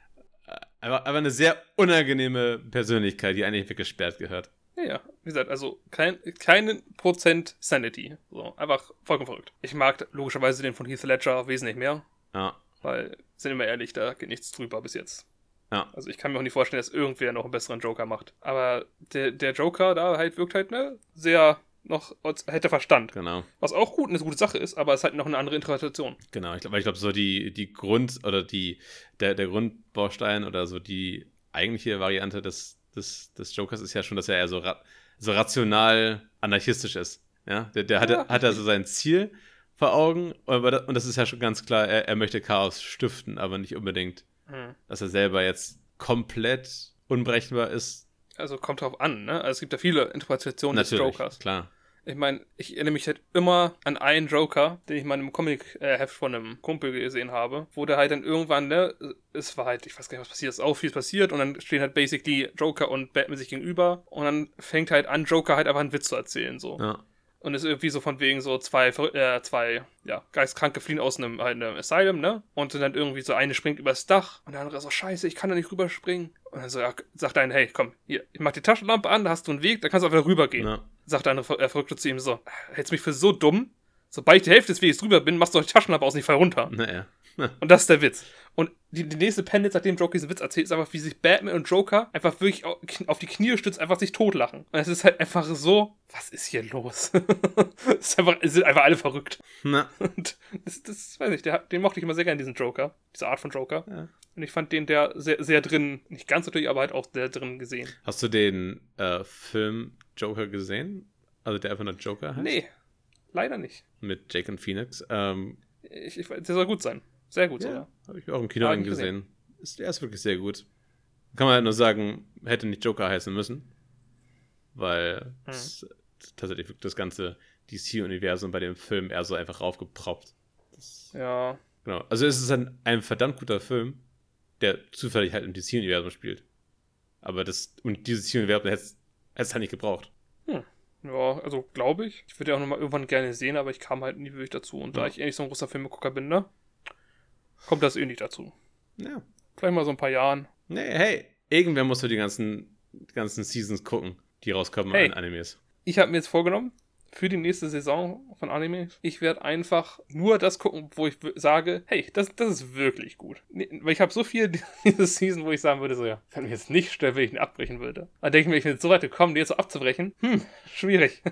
A: Aber, aber eine sehr unangenehme Persönlichkeit, die eigentlich weggesperrt gehört.
B: Ja, ja. Wie gesagt, also kein, keinen Prozent Sanity. So, einfach vollkommen verrückt. Ich mag logischerweise den von Heath Ledger wesentlich mehr.
A: Ja.
B: Weil, sind wir ehrlich, da geht nichts drüber bis jetzt.
A: Ja.
B: Also ich kann mir auch nicht vorstellen, dass irgendwer noch einen besseren Joker macht. Aber der, der Joker da halt wirkt halt, ne, sehr noch, hätte Verstand.
A: Genau.
B: Was auch gut, eine gute Sache ist, aber es ist halt noch eine andere Interpretation.
A: Genau, ich glaube, ich glaube, so die, die Grund- oder die, der, der Grundbaustein oder so die eigentliche Variante des, des, des Jokers ist ja schon, dass er eher so, ra- so rational anarchistisch ist. Ja, der, der
B: Ja.
A: hat, hat also sein Ziel vor Augen, aber das, und das ist ja schon ganz klar, er, er möchte Chaos stiften, aber nicht unbedingt,
B: Hm.
A: dass er selber jetzt komplett unberechenbar ist.
B: Also kommt drauf an, ne? Also es gibt ja viele Interpretationen
A: Natürlich,
B: des Jokers.
A: klar.
B: Ich meine, ich erinnere mich halt immer an einen Joker, den ich mal in einem Comic-Heft von einem Kumpel gesehen habe, wo der halt dann irgendwann, ne, es war halt, ich weiß gar nicht, was passiert ist, auch viel passiert und dann stehen halt basically Joker und Batman sich gegenüber und dann fängt halt an, Joker halt einfach einen Witz zu erzählen, so.
A: Ja.
B: Und ist irgendwie so von wegen so zwei, äh, zwei, ja, Geistkranke fliehen aus einem, halt einem Asylum, ne? Und dann irgendwie so eine springt übers Dach und der andere so, scheiße, ich kann da nicht rüberspringen. Und dann so, ja, sagt der eine, hey, komm, hier, ich mach die Taschenlampe an, da hast du einen Weg, da kannst du einfach rübergehen.
A: Ja.
B: Sagt der andere, er Verrückte zu ihm so, hältst mich für so dumm? Sobald ich die Hälfte des Weges drüber bin, machst du doch die Taschenlampe aus und ich fall runter.
A: Naja.
B: Und das ist der Witz. Und die, die nächste Panel, nachdem Joker diesen Witz erzählt, ist einfach, wie sich Batman und Joker einfach wirklich au- auf die Knie stützt, einfach sich totlachen. Und es ist halt einfach so, was ist hier los? Es ist einfach, es sind einfach alle verrückt.
A: Na.
B: Und das, das weiß ich, der, den mochte ich immer sehr gerne, diesen Joker. Diese Art von Joker.
A: Ja.
B: Und ich fand den der sehr, sehr drin, nicht ganz natürlich, aber halt auch sehr drin gesehen.
A: Hast du den äh, Film Joker gesehen? Also der einfach nur Joker heißt?
B: Nee, leider nicht.
A: Mit Jake und Phoenix. Ähm,
B: Ich, ich, der soll gut sein. Sehr gut sogar.
A: ja, habe ich auch im Kino
B: Hab ich
A: angesehen. Ist, der ist wirklich sehr gut. Kann man halt nur sagen, hätte nicht Joker heißen müssen. Weil
B: Hm.
A: es, tatsächlich das ganze D C-Universum bei dem Film eher so einfach raufgeproppt. Das,
B: ja.
A: Genau. Also es ist ein, ein verdammt guter Film, der zufällig halt im D C-Universum spielt. Aber das, und dieses D C-Universum hätte es halt nicht gebraucht.
B: Hm. Ja, also glaube ich. Ich würde ja auch nochmal irgendwann gerne sehen, aber ich kam halt nie wirklich dazu. Und ja. da ich eh nicht so ein großer Filmegucker bin, ne, kommt das eh nicht dazu.
A: Ja.
B: Vielleicht mal so ein paar Jahren.
A: Nee, hey, irgendwer muss für die ganzen, die ganzen Seasons gucken, die rauskommen
B: hey,
A: an Animes.
B: Ich habe mir jetzt vorgenommen, für die nächste Saison von Anime, ich werde einfach nur das gucken, wo ich w- sage, hey, das, das ist wirklich gut. Nee, weil ich habe so viel diese Season, wo ich sagen würde, so ja, wenn mir jetzt nicht stört, wenn ich ihn abbrechen würde. Da denke ich mir, ich bin jetzt so weit gekommen, die jetzt so abzubrechen. Hm, schwierig.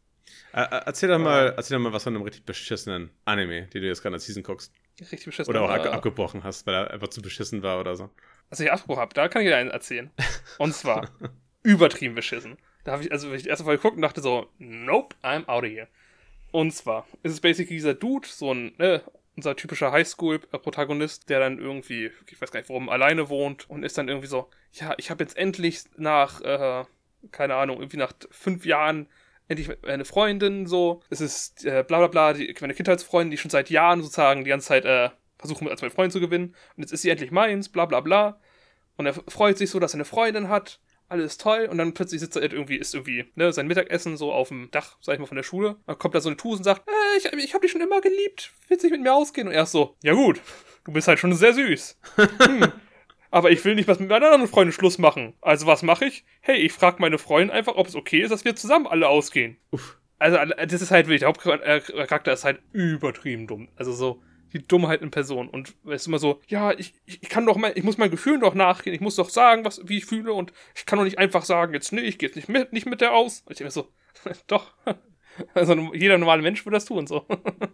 A: Äh, erzähl doch mal, erzähl doch mal was von einem richtig beschissenen Anime, den du jetzt gerade als Season guckst.
B: Richtig beschissen.
A: Oder auch
B: äh,
A: abgebrochen hast, weil er einfach zu beschissen war oder so.
B: Was ich abgebrochen habe, da kann ich dir einen erzählen. Und zwar übertrieben beschissen. Da habe ich, also, wenn ich die erste Folge geguckt und dachte so, nope, I'm out of here. Und zwar ist es basically dieser Dude, so ein, ne, unser typischer Highschool-Protagonist, der dann irgendwie, ich weiß gar nicht warum, alleine wohnt und ist dann irgendwie so, ja, ich habe jetzt endlich nach, äh, keine Ahnung, irgendwie nach fünf Jahren endlich eine Freundin, so. Es ist, äh, bla bla bla, die, meine Kindheitsfreundin, die schon seit Jahren sozusagen die ganze Zeit, äh, versuchen, als mein Freund zu gewinnen. Und jetzt ist sie endlich meins, bla bla bla. Und er freut sich so, dass er eine Freundin hat. Alles toll. Und dann plötzlich sitzt er halt irgendwie, isst irgendwie, ne, sein Mittagessen so auf dem Dach, sag ich mal, von der Schule. Dann kommt da so eine Tuse und sagt, äh, ich, ich hab dich schon immer geliebt. Willst du nicht mit mir ausgehen? Und er ist so, ja gut, du bist halt schon sehr süß. Hm. Aber ich will nicht was mit meiner anderen Freundin Schluss machen. Also was mache ich? Hey, ich frage meine Freundin einfach, ob es okay ist, dass wir zusammen alle ausgehen. Uff. Also das ist halt wirklich, der Hauptcharakter ist halt übertrieben dumm. Also so die Dummheit in Person. Und es ist immer so, ja, ich, ich kann doch mal, ich muss meinen Gefühlen doch nachgehen, ich muss doch sagen, was, wie ich fühle und ich kann doch nicht einfach sagen, jetzt nee, ich gehe jetzt nicht mit, nicht mit der aus. Und ich denke mir so, doch. Also jeder normale Mensch würde das tun, so.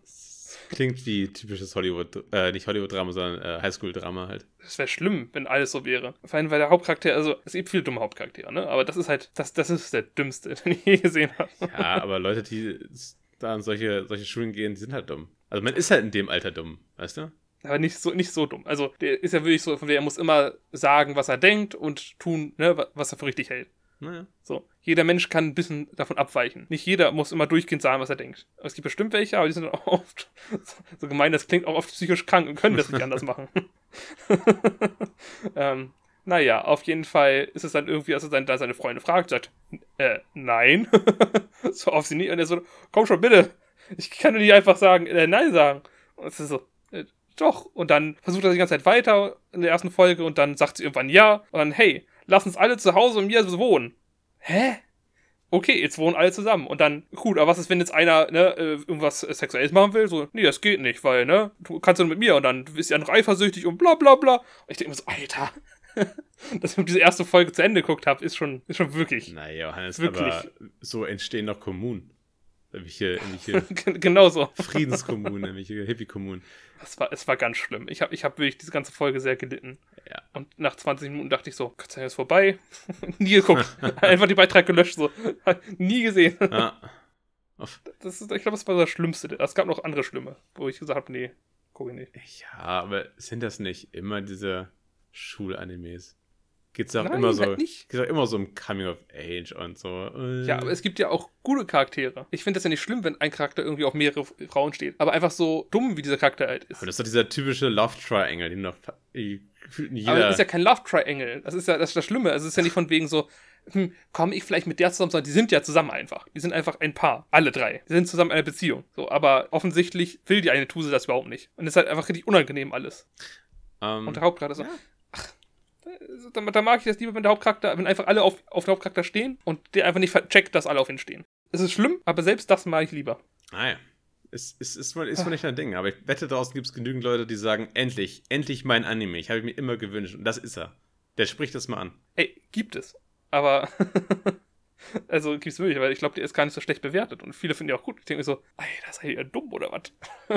A: Klingt wie typisches Hollywood, äh, nicht Hollywood-Drama, sondern äh, Highschool-Drama halt.
B: Das wäre schlimm, wenn alles so wäre. Vor allem, weil der Hauptcharakter, also es gibt viele dumme Hauptcharaktere, ne? Aber das ist halt, das, das ist der dümmste, den ich je gesehen habe.
A: Ja, aber Leute, die da an solche, solche Schulen gehen, die sind halt dumm. Also man ist halt in dem Alter dumm, weißt du?
B: Aber nicht so, nicht so dumm. Also der ist ja wirklich so, von der er muss immer sagen, was er denkt und tun, ne, was er für richtig hält.
A: Naja.
B: So. Jeder Mensch kann ein bisschen davon abweichen. Nicht jeder muss immer durchgehend sagen, was er denkt. Es gibt bestimmt welche, aber die sind auch oft so gemein, das klingt auch oft psychisch krank und können das nicht anders machen. ähm, naja, auf jeden Fall ist es dann irgendwie, als er dann seine Freunde fragt, sagt, äh, nein. So auf sie nie. Und er so, komm schon, bitte. Ich kann doch nicht einfach sagen, äh, nein sagen. Und es ist so, äh, doch. Und dann versucht er die ganze Zeit weiter in der ersten Folge und dann sagt sie irgendwann ja. Und dann, hey, lass uns alle zu Hause und mir wohnen. Hä? Okay, jetzt wohnen alle zusammen. Und dann, gut, aber was ist, wenn jetzt einer, ne, irgendwas Sexuelles machen will? So, nee, das geht nicht, weil, ne, du kannst ja nur mit mir und dann bist du ja eifersüchtig und bla bla bla. Und ich denke mir so, Alter, dass ich diese erste Folge zu Ende geguckt habe, ist schon, ist schon wirklich.
A: Naja, Johannes,
B: wirklich.
A: Aber so entstehen doch Kommunen. Irgendwelche, irgendwelche
B: genau so.
A: Friedenskommunen, irgendwelche Hippie-Kommunen.
B: Es war, es war ganz schlimm. Ich habe ich hab wirklich diese ganze Folge sehr gelitten.
A: Ja.
B: Und nach zwanzig Minuten dachte ich so, Gott sei Dank ist vorbei. Nie geguckt. Einfach die Beitrag gelöscht. So. Nie gesehen.
A: Ja.
B: Das ist, ich glaube, das war das Schlimmste. Es gab noch andere Schlimme, wo ich gesagt habe, nee, gucke ich nicht.
A: Ja, aber sind das nicht immer diese Schulanimes? Geht's auch
B: Nein,
A: immer so,
B: halt nicht.
A: geht's auch immer so um Coming of Age und so.
B: Ja, aber es gibt ja auch gute Charaktere. Ich finde das ja nicht schlimm, wenn ein Charakter irgendwie auf mehrere Frauen steht. Aber einfach so dumm, wie dieser Charakter halt ist.
A: Aber das ist doch dieser typische Love Triangle, den noch gefühlt jeder...
B: Aber das ist ja kein Love Triangle. Das ist ja das, ist das Schlimme. Also es ist ja nicht von wegen so, hm, komme ich vielleicht mit der zusammen, sondern die sind ja zusammen einfach. Die sind einfach ein Paar. Alle drei. Die sind zusammen in einer Beziehung. So, aber offensichtlich will die eine Tuse das überhaupt nicht. Und es ist halt einfach richtig unangenehm alles.
A: Um,
B: Und der Hauptcharakter so,
A: ja.
B: ach, da, da mag ich das lieber, wenn der Hauptcharakter, wenn einfach alle auf, auf den Hauptcharakter stehen und der einfach nicht checkt, dass alle auf ihn stehen. Es ist schlimm, aber selbst das mag ich lieber.
A: Naja. Es ist, ist, ist, ist wohl nicht ein Ding, aber ich wette, draußen gibt es genügend Leute, die sagen, endlich, endlich mein Anime. Ich habe mir immer gewünscht und das ist er. Der spricht das mal an.
B: Ey, gibt es. Aber, also gibt es wirklich, weil ich glaube, der ist gar nicht so schlecht bewertet und viele finden die auch gut. Ich denke mir so, ey, das seid ihr dumm oder was?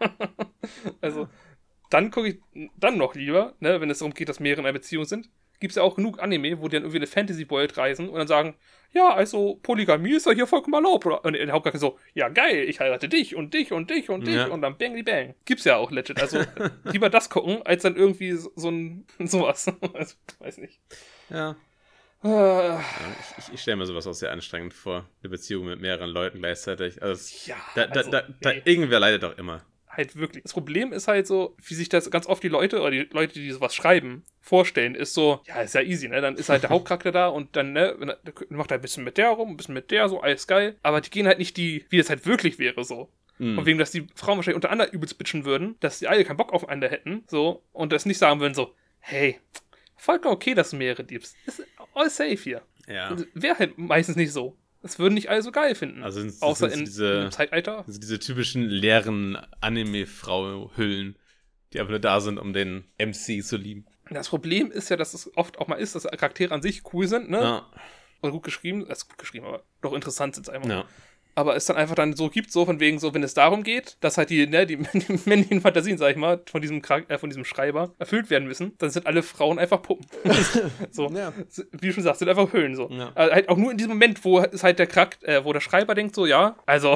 B: Also, dann gucke ich dann noch lieber, ne, wenn es darum geht, dass mehrere in einer Beziehung sind, gibt es ja auch genug Anime, wo die dann irgendwie eine Fantasy-World reisen und dann sagen, ja, also Polygamie ist ja hier vollkommen erlaubt. Und der Hauptcharakter so, ja geil, ich heirate dich und dich und dich und dich
A: ja.
B: und dann bang die bang. Gibt's ja auch legit. Also lieber das gucken, als dann irgendwie so, so ein sowas. Also, weiß nicht.
A: Ja.
B: Äh,
A: Ja, ich ich, ich stelle mir sowas auch sehr anstrengend vor, eine Beziehung mit mehreren Leuten gleichzeitig. Also, es,
B: ja,
A: da, da,
B: also,
A: da, da
B: nee.
A: irgendwer leidet doch immer.
B: Halt wirklich. Das Problem ist halt so, wie sich das ganz oft die Leute oder die Leute, die sowas schreiben, vorstellen, ist so, ja, ist ja easy, ne? Dann ist halt der Hauptcharakter da und dann, ne, wenn er- dann macht er ein bisschen mit der rum, ein bisschen mit der, so, alles geil. Aber die gehen halt nicht die, wie das halt wirklich wäre, so.
A: Hm.
B: Von wegen, dass die Frauen wahrscheinlich untereinander übelst bitchen würden, dass die alle keinen Bock aufeinander hätten, so, und das nicht sagen würden, so, hey, vollkommen okay, dass du mehrere liebst. Ist all safe hier.
A: Ja.
B: Wäre halt meistens nicht so. Das würden nicht alle so geil finden.
A: Also sind,
B: Außer
A: sind
B: in,
A: diese,
B: in einem Zeitalter.
A: Also diese typischen leeren Anime-Frau-Hüllen, die einfach nur da sind, um den M C zu lieben.
B: Das Problem ist ja, dass es oft auch mal ist, dass Charaktere an sich cool sind, ne?
A: Ja.
B: Oder gut geschrieben, das ist gut geschrieben, aber doch interessant sind es einfach.
A: Ja.
B: Aber es dann einfach dann so gibt, so von wegen, so, wenn es darum geht, dass halt die, ne, die, die männlichen Fantasien, sag ich mal, von diesem, Charak- äh, von diesem Schreiber erfüllt werden müssen, dann sind alle Frauen einfach Puppen. So,
A: Ja.
B: wie du schon sagst, sind einfach Hüllen, so.
A: Ja.
B: Also halt auch nur in diesem Moment, wo es halt der Charakter, äh, wo der Schreiber denkt, so, ja, also,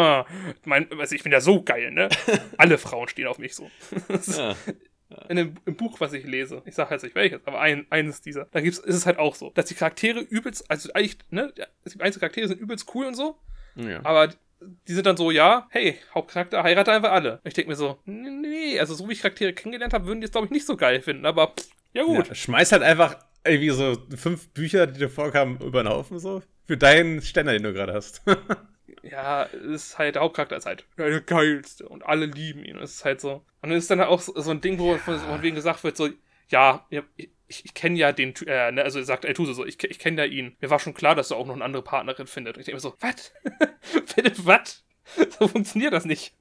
B: mein, also ich bin ja so geil, ne? Alle Frauen stehen auf mich, so.
A: Ja.
B: In dem, im Buch, was ich lese, ich sage jetzt nicht welches, aber ein, eines dieser, da gibt's, ist es halt auch so, dass die Charaktere übelst, also eigentlich, ne, die einzelnen Charaktere sind übelst cool und so,
A: Ja.
B: aber die, die sind dann so, ja, hey, Hauptcharakter heirate einfach alle. Und ich denke mir so, nee, also so wie ich Charaktere kennengelernt habe, würden die es, glaube ich, nicht so geil finden, aber pff, ja gut.
A: Ja, schmeiß halt einfach irgendwie so fünf Bücher, die dir vorkamen, über den Haufen so. Für deinen Ständer, den du gerade hast.
B: Ja, es ist halt, der Hauptcharakter ist halt der geilste und alle lieben ihn. Es ist halt so. Und dann ist dann auch so, so ein Ding, wo von, von wegen gesagt wird, so, ja, ich, ich, ich kenne ja den, Ty- äh, ne, also sagt Eltuse so, ich, ich kenne ja ihn. Mir war schon klar, dass er auch noch eine andere Partnerin findet. Und ich denke mir so, was? Findet was? So funktioniert das nicht.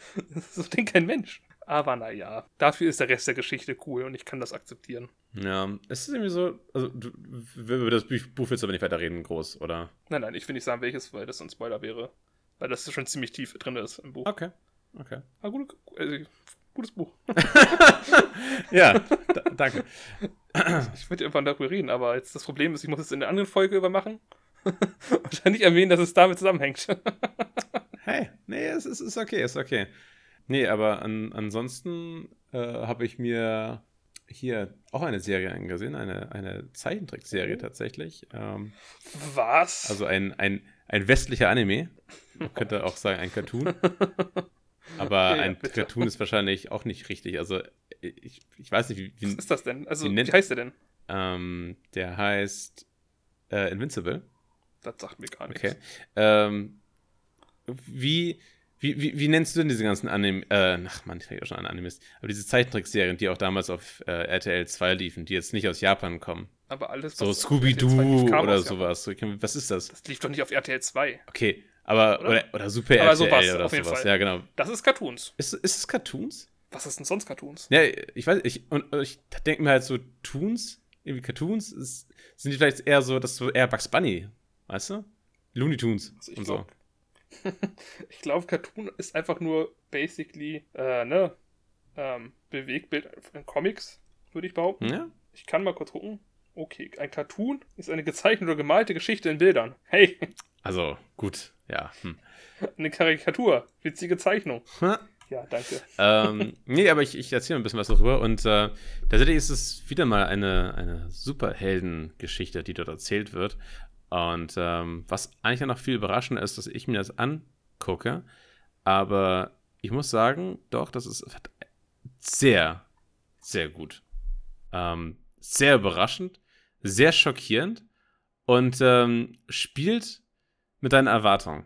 B: So denkt kein Mensch. Aber naja, dafür ist der Rest der Geschichte cool und ich kann das akzeptieren.
A: Ja, es ist irgendwie so, also du, über das Buch Buch willst du aber nicht weiter reden, groß, oder?
B: Nein, nein, ich will nicht sagen, welches, weil das ein Spoiler wäre. Weil das schon ziemlich tief drin ist im Buch.
A: Okay, okay.
B: Aber gut, also, gutes Buch.
A: Ja, da, danke.
B: Ich würde einfach darüber reden, aber jetzt das Problem ist, ich muss es in der anderen Folge übermachen. Und dann nicht erwähnen, dass es damit zusammenhängt.
A: Hey, nee, es ist, ist okay, ist okay. Nee, aber an, ansonsten äh, habe ich mir hier auch eine Serie angesehen, eine, eine Zeichentrickserie tatsächlich. Ähm,
B: Was?
A: also ein, ein, ein westlicher Anime. Man könnte auch sagen ein Cartoon. Aber
B: Ja,
A: ein
B: bitte.
A: Cartoon ist wahrscheinlich auch nicht richtig. Also ich, ich weiß nicht, wie,
B: Was
A: wie
B: ist das denn? Also,
A: wie
B: wie,
A: nennt-
B: heißt der denn?
A: ähm, der heißt äh, Invincible.
B: Das sagt mir gar nichts.
A: Okay. Ähm, wie, wie, wie, wie nennst du denn diese ganzen Anime, äh, ach man, ich fange ja schon an Animes, aber diese Zeichentrickserien, die auch damals auf äh, R T L zwei liefen, die jetzt nicht aus Japan kommen.
B: Aber alles,
A: So
B: was auf R T L zwei
A: Scooby-Doo
B: lief, kam
A: oder
B: aus Japan.
A: sowas. So, was ist das?
B: Das lief doch nicht auf R T L zwei.
A: Okay, aber,
B: Oder?
A: oder, oder Super
B: Aber
A: R T L
B: sowas,
A: oder
B: auf jeden
A: sowas.
B: Fall.
A: Ja, genau.
B: Das ist Cartoons.
A: Ist, ist es Cartoons?
B: Was ist denn sonst Cartoons?
A: Ja, ich weiß, ich, und ich denke mir halt so, Toons, irgendwie Cartoons, ist, sind die vielleicht eher so, das ist so eher Bugs Bunny, weißt du? Looney Tunes
B: Also ich
A: und
B: glaube,
A: so.
B: ich glaube, Cartoon ist einfach nur basically, äh, ne, ähm, Bewegbild in Comics, würde ich behaupten.
A: Ja?
B: Ich kann mal kurz gucken. Okay, ein Cartoon ist eine gezeichnete oder gemalte Geschichte in Bildern. Hey,
A: Also, gut, ja. Hm.
B: eine Karikatur, witzige Zeichnung. Ja, danke.
A: ähm, nee, aber ich, ich erzähle ein bisschen was darüber. Und äh, tatsächlich ist es wieder mal eine, eine Superheldengeschichte, die dort erzählt wird. Und ähm, was eigentlich noch viel überraschender ist, dass ich mir das angucke. Aber ich muss sagen, doch, das ist sehr, sehr gut. Ähm, sehr überraschend, sehr schockierend und ähm, spielt mit deinen Erwartungen.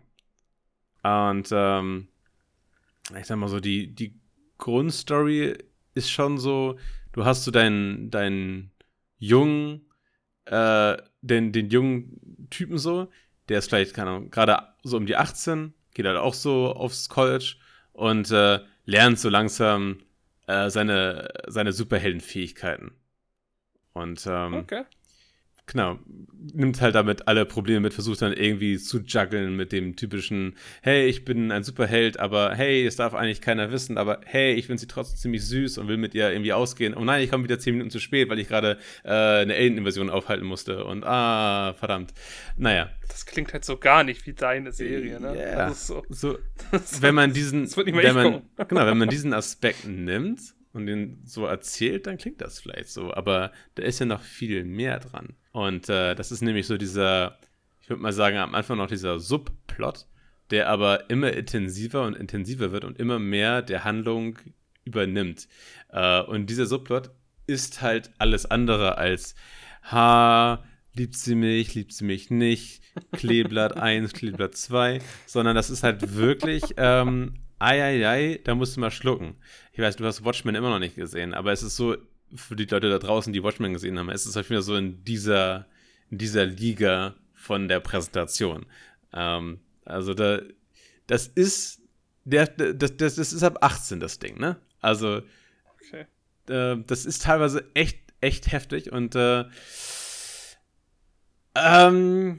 A: Und ähm, ich sag mal so, die, die Grundstory ist schon so, du hast so deinen, deinen jungen, äh, den, den jungen Typen so, der ist vielleicht, keine Ahnung, gerade so um die achtzehn, geht halt auch so aufs College und äh, lernt so langsam äh, seine, seine Superheldenfähigkeiten. Und ähm,
B: Okay.
A: genau, nimmt halt damit alle Probleme mit, versucht dann irgendwie zu juggeln mit dem typischen, hey, ich bin ein Superheld, aber hey, es darf eigentlich keiner wissen, aber hey, ich finde sie trotzdem ziemlich süß und will mit ihr irgendwie ausgehen. Oh nein, ich komme wieder zehn Minuten zu spät, weil ich gerade äh, eine Alien-Invasion aufhalten musste und ah, verdammt. Naja.
B: Das klingt halt so gar nicht wie deine Serie, ne?
A: Ja,
B: Das ist so.
A: so, wenn man diesen,
B: Das wird nicht mehr
A: wenn
B: ich
A: man,
B: gucken.
A: genau, wenn man diesen Aspekt nimmt und den so erzählt, dann klingt das vielleicht so, aber da ist ja noch viel mehr dran. Und äh, das ist nämlich so dieser, ich würde mal sagen, am Anfang noch dieser Subplot, der aber immer intensiver und intensiver wird und immer mehr der Handlung übernimmt. Äh, und dieser Subplot ist halt alles andere als ha, liebt sie mich, liebt sie mich nicht, Kleeblatt eins, Kleeblatt zwei, sondern das ist halt wirklich ähm, ei, ei, ei, da musst du mal schlucken. Ich weiß, du hast Watchmen immer noch nicht gesehen, aber es ist so, für die Leute da draußen, die Watchmen gesehen haben, es ist halt wieder so in dieser, in dieser Liga von der Präsentation. Ähm, also da, das ist, der, das, das, das ist ab achtzehn das Ding, ne? Also,
B: Okay.
A: äh, das ist teilweise echt, echt heftig und äh, ähm,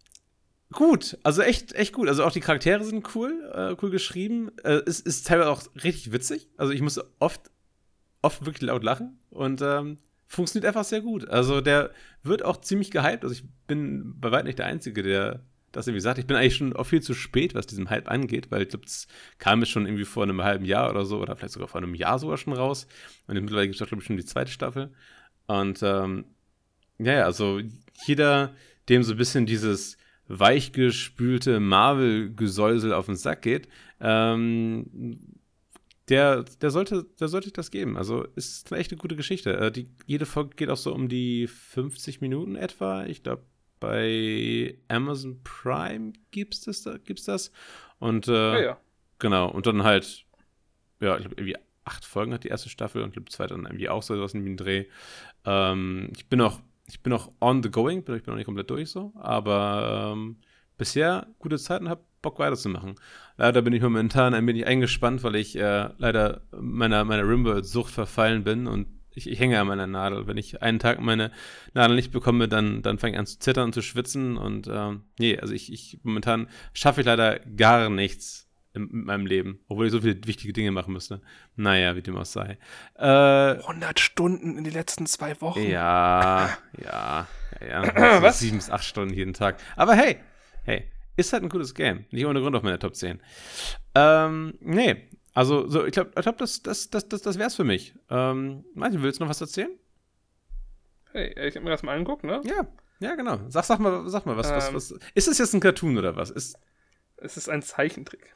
A: gut, also echt, echt gut. Also auch die Charaktere sind cool, äh, cool geschrieben. Äh, es ist teilweise auch richtig witzig. Also ich muss oft, oft wirklich laut lachen und ähm, funktioniert einfach sehr gut. Also der wird auch ziemlich gehypt. Also ich bin bei weitem nicht der Einzige, der das irgendwie sagt. Ich bin eigentlich schon auch viel zu spät, was diesen Hype angeht, weil ich glaube, es kam jetzt schon irgendwie vor einem halben Jahr oder so oder vielleicht sogar vor einem Jahr sogar schon raus. Und mittlerweile gibt es auch, glaube ich, schon die zweite Staffel. Und ähm, ja, ja, also jeder, dem so ein bisschen dieses weichgespülte Marvel-Gesäusel auf den Sack geht, ähm, der, der sollte, der sollte ich das geben. Also ist eine echt eine gute Geschichte. Äh, die, jede Folge geht auch so um die fünfzig Minuten etwa. Ich glaube, bei Amazon Prime gibt's das, da, gibt's das. Und äh,
B: Ja, ja.
A: genau, und dann halt, ja, ich glaube, irgendwie acht Folgen hat die erste Staffel und die zweite dann irgendwie auch so was in dem Dreh. Ähm, ich bin auch, ich bin auch on the going, bin, ich bin noch nicht komplett durch so, aber ähm, bisher gute Zeit und hab Bock weiterzumachen. Leider bin ich momentan ein wenig eingespannt, weil ich äh, leider meiner, meiner Rimworld-Sucht verfallen bin und ich, ich hänge an meiner Nadel. Wenn ich einen Tag meine Nadel nicht bekomme, dann, dann fange ich an zu zittern und zu schwitzen und ähm, nee, also ich, ich momentan schaffe ich leider gar nichts in, in meinem Leben, obwohl ich so viele wichtige Dinge machen müsste. Naja, wie dem auch sei. Äh,
B: hundert Stunden in den letzten zwei Wochen.
A: ja, ja, ja, ja.
B: Was?
A: Sieben bis acht Stunden jeden Tag. Aber hey, hey, ist halt ein gutes Game. Nicht ohne Grund auf meiner Top zehn. Ähm, nee, also so, ich glaube, ich glaub, das, das, das, das, das wär's für mich. Ähm, Martin, willst du noch was erzählen?
B: Hey, ich hab mir das mal angeguckt, ne?
A: Ja, ja, genau. Sag, sag mal, sag mal, was, was,
B: Ähm.
A: was. Ist das jetzt ein Cartoon oder was? Ist,
B: Es ist ein Zeichentrick.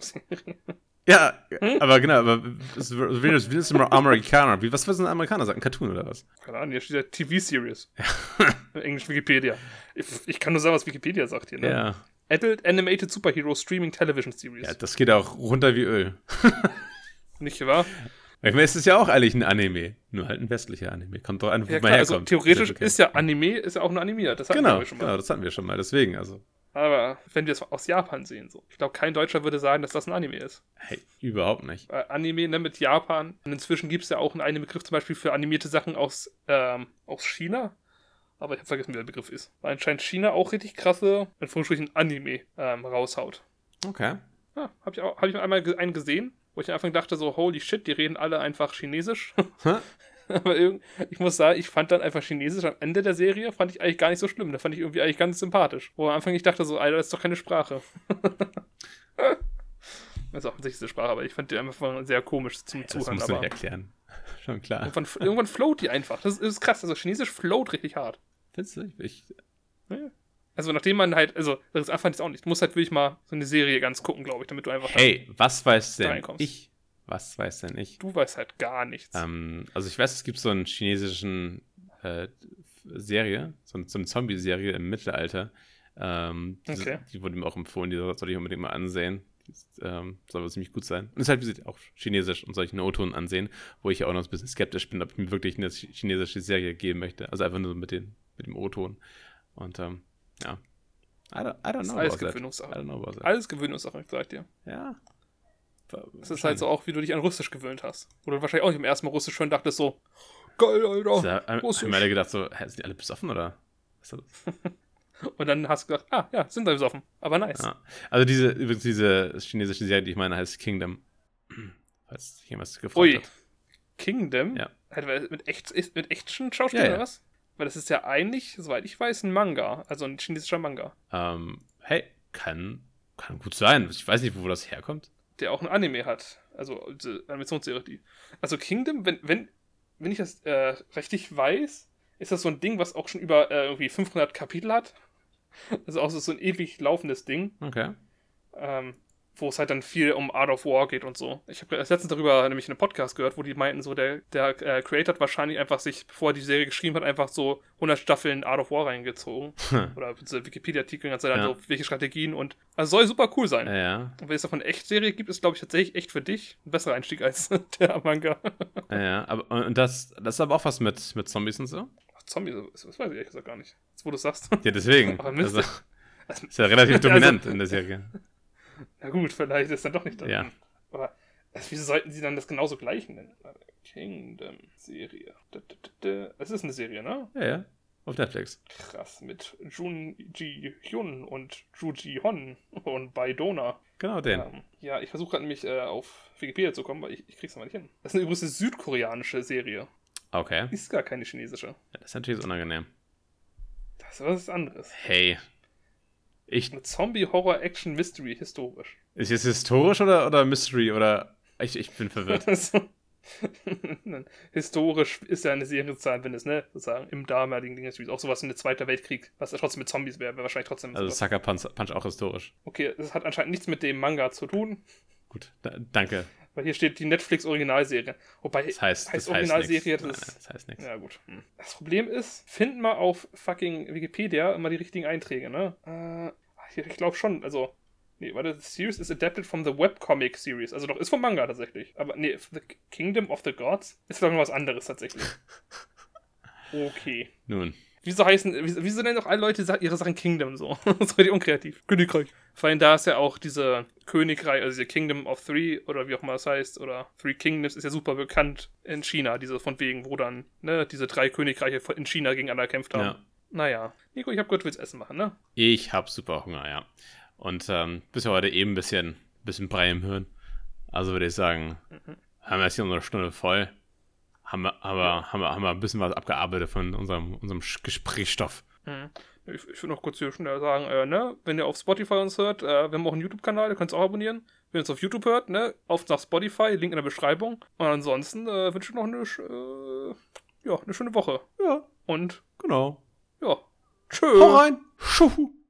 A: ja, aber genau, aber es ist- wie ist wie ist ein Amerikaner? Wie, was will ein Amerikaner sagen? Ein Cartoon oder was?
B: Keine Ahnung, hier steht ja T V-Series. Englisch Wikipedia. Ich, ich kann nur sagen, was Wikipedia sagt hier, ne?
A: Ja.
B: Adult Animated Superhero Streaming Television Series.
A: Ja, das geht auch runter wie Öl.
B: Nicht wahr?
A: Ich meine, es ist ja auch eigentlich ein Anime. Nur halt ein westlicher Anime. Kommt doch an, wo
B: Ja,
A: man
B: klar, also
A: herkommt.
B: theoretisch
A: okay.
B: ist ja Anime, ist ja auch nur animiert. Das hatten
A: Genau,
B: wir schon mal.
A: genau, das hatten wir schon mal. Deswegen, also,
B: Aber wenn wir es aus Japan sehen, so. Ich glaube, kein Deutscher würde sagen, dass das ein Anime ist.
A: hey, überhaupt nicht.
B: Weil Anime, ne, mit Japan. Und inzwischen gibt es ja auch einen Begriff zum Beispiel für animierte Sachen aus, ähm, aus China. Aber ich habe vergessen, wie der Begriff ist. Weil anscheinend China auch richtig krasse, in Anführungsstrichen, Anime ähm, raushaut.
A: Okay.
B: Ja, habe ich, auch- hab ich mal einmal einen gesehen, wo ich am Anfang dachte so, holy shit, die reden alle einfach Chinesisch.
A: Hä?
B: Aber irgend, ich muss sagen, ich fand dann einfach Chinesisch am Ende der Serie, fand ich eigentlich gar nicht so schlimm. Da fand ich irgendwie eigentlich ganz sympathisch. Wo am Anfang ich dachte so, Alter, das ist doch keine Sprache. Das ist auch offensichtlich eine Sprache, aber ich fand die einfach sehr komisch zum
A: Das
B: Zuhören.
A: musst du
B: Aber
A: nicht erklären. Schon klar.
B: irgendwann, irgendwann float die einfach. Das ist, das ist krass. Also Chinesisch float richtig hart.
A: Findest du? Ich,
B: Also nachdem man halt, also das ist einfach auch nicht. Du musst halt wirklich mal so eine Serie ganz gucken, glaube ich, damit du einfach
A: hey, was weiß
B: da
A: denn
B: reinkommst.
A: ich? Was weiß denn ich?
B: Du weißt halt gar nichts.
A: Ähm, also ich weiß, es gibt so einen chinesischen äh, Serie, so, so eine Zombie-Serie im Mittelalter. Ähm, die,
B: Okay.
A: die wurde mir auch empfohlen, die soll ich unbedingt mal ansehen. Die ist, ähm, soll wohl ziemlich gut sein. Und ist halt wie gesagt, auch chinesisch und soll ich einen O-Ton ansehen, wo ich ja auch noch ein bisschen skeptisch bin, ob ich mir wirklich eine chinesische Serie geben möchte. Also einfach nur mit, den, mit dem O-Ton. Und ähm, ja. I don't, I don't
B: Das ist
A: know
B: alles
A: about that. I
B: Gewöhnungssache.
A: don't know about that.
B: Alles Gewöhnungssache, ich sag dir.
A: Ja.
B: Das ist halt so auch, wie du dich an Russisch gewöhnt hast. Wo du wahrscheinlich auch nicht im ersten Mal Russisch schon dachtest so, geil, Alter,
A: Da haben
B: Russisch.
A: wir alle gedacht so, hä, sind die alle besoffen oder? Was ist das?
B: Und dann hast du gedacht, ah, ja, sind da besoffen. Aber nice.
A: Ja. Also diese, übrigens diese chinesische Serie, die ich meine, heißt Kingdom. Falls sich jemand gefragt
B: Ui.
A: hat.
B: Kingdom?
A: Ja.
B: Hat wer- mit, echt, ist- mit echten Schauspielern
A: Ja, ja.
B: oder was? Weil das ist ja eigentlich, soweit ich weiß, ein Manga. Also ein chinesischer Manga.
A: Ähm, hey, kann, kann gut sein. Ich weiß nicht, wo das herkommt.
B: Der auch ein Anime hat. Also diese Animationsserie, die. Also Kingdom, wenn, wenn, wenn ich das äh, richtig weiß, ist das so ein Ding, was auch schon über äh, irgendwie fünfhundert Kapitel hat. Also auch so ein ewig laufendes Ding.
A: Okay.
B: Ähm, wo es halt dann viel um Art of War geht und so. Ich habe letztens darüber nämlich in einem Podcast gehört, wo die meinten, so der, der äh, Creator hat wahrscheinlich einfach sich, bevor er die Serie geschrieben hat, einfach so hundert Staffeln Art of War reingezogen. Oder diese Wikipedia-Artikel und dann
A: Ja.
B: so, welche Strategien und also soll super cool sein.
A: Ja, ja.
B: Und wenn es davon eine Echtserie gibt, ist glaube ich tatsächlich echt für dich ein besserer Einstieg als der Manga.
A: Ja, ja. Aber, und das, das ist aber auch was mit, mit Zombies und so?
B: Ach, Zombie, das weiß ich ehrlich gesagt gar nicht. Jetzt, wo du es sagst.
A: Ja, deswegen.
B: Aber Mist.
A: Also, ist ja relativ
B: Also-
A: dominant in der Serie.
B: Na gut, vielleicht ist dann doch nicht drin.
A: Ja.
B: Aber also, wieso sollten sie dann das genauso gleich nennen? Kingdom-Serie. Da, da, da, da. Es ist eine Serie, ne?
A: Ja, ja. Auf Netflix.
B: Krass, mit Jun Ji Hyun und Ju Ji Hon und Baidona.
A: Genau den.
B: Ähm, ja, ich versuche gerade nämlich äh, auf Wikipedia zu kommen, weil ich, ich krieg's noch mal nicht hin. Das ist eine übrigens eine südkoreanische Serie.
A: Okay.
B: Ist gar keine chinesische.
A: Ja, das ist natürlich unangenehm.
B: Das ist was anderes.
A: Hey. Ich,
B: Eine Zombie-Horror-Action-Mystery historisch.
A: ist es historisch oder, oder Mystery oder. Ich, ich bin verwirrt.
B: Also, historisch ist ja eine Serienzahl, wenn es, ne, sozusagen im damaligen Ding ist, auch sowas wie der Zweite Weltkrieg, was ja trotzdem mit Zombies wäre, wäre wahrscheinlich trotzdem
A: Also
B: sowas.
A: Sucker Punch, Punch auch historisch.
B: Okay, das hat anscheinend nichts mit dem Manga zu tun,
A: Gut, da, danke.
B: weil hier steht die Netflix-Originalserie. Wobei,
A: Das heißt,
B: heißt
A: das heißt
B: Originalserie,
A: nichts.
B: das
A: Nein, das heißt nichts.
B: ja gut. Hm. Das Problem ist, finden mal auf fucking Wikipedia immer die richtigen Einträge, ne? Äh, hier, ich glaube schon, also, nee, warte, the series is adapted from the webcomic series, also doch, ist vom Manga tatsächlich, aber nee, The Kingdom of the Gods ist doch noch was anderes tatsächlich. Okay.
A: Nun.
B: Wieso heißen, wieso, wieso nennen doch alle Leute sa- ihre Sachen Kingdom so? Das ist richtig unkreativ. Königreich. Vor allem da ist ja auch diese Königreich, also diese Kingdom of Three oder wie auch immer das heißt, oder Three Kingdoms ist ja super bekannt in China, diese von wegen, wo dann, ne, diese drei Königreiche in China gegeneinander gekämpft haben.
A: Ja.
B: Naja. Nico, ich hab gehört, du willst Essen machen, ne?
A: Ich hab super Hunger, ja. Und ähm, bis heute eben ein bisschen, bisschen Brei im Hirn. Also würde ich sagen,
B: Mhm.
A: haben wir jetzt hier unsere Stunde voll. Haben wir, aber,
B: Ja.
A: haben wir, haben wir ein bisschen was abgearbeitet von unserem, unserem Sch- Gesprächsstoff.
B: Mhm. Ich, ich würde noch kurz hier schnell sagen, äh, ne, wenn ihr auf Spotify uns hört, äh, wir haben auch einen YouTube-Kanal, ihr könnt es auch abonnieren. Wenn ihr uns auf YouTube hört, ne, auf nach Spotify, Link in der Beschreibung. Und ansonsten äh, wünsche ich noch eine, sch- äh, ja, eine schöne Woche.
A: Ja,
B: Und,
A: genau.
B: ja, tschö.
A: Hau rein. Schuhu.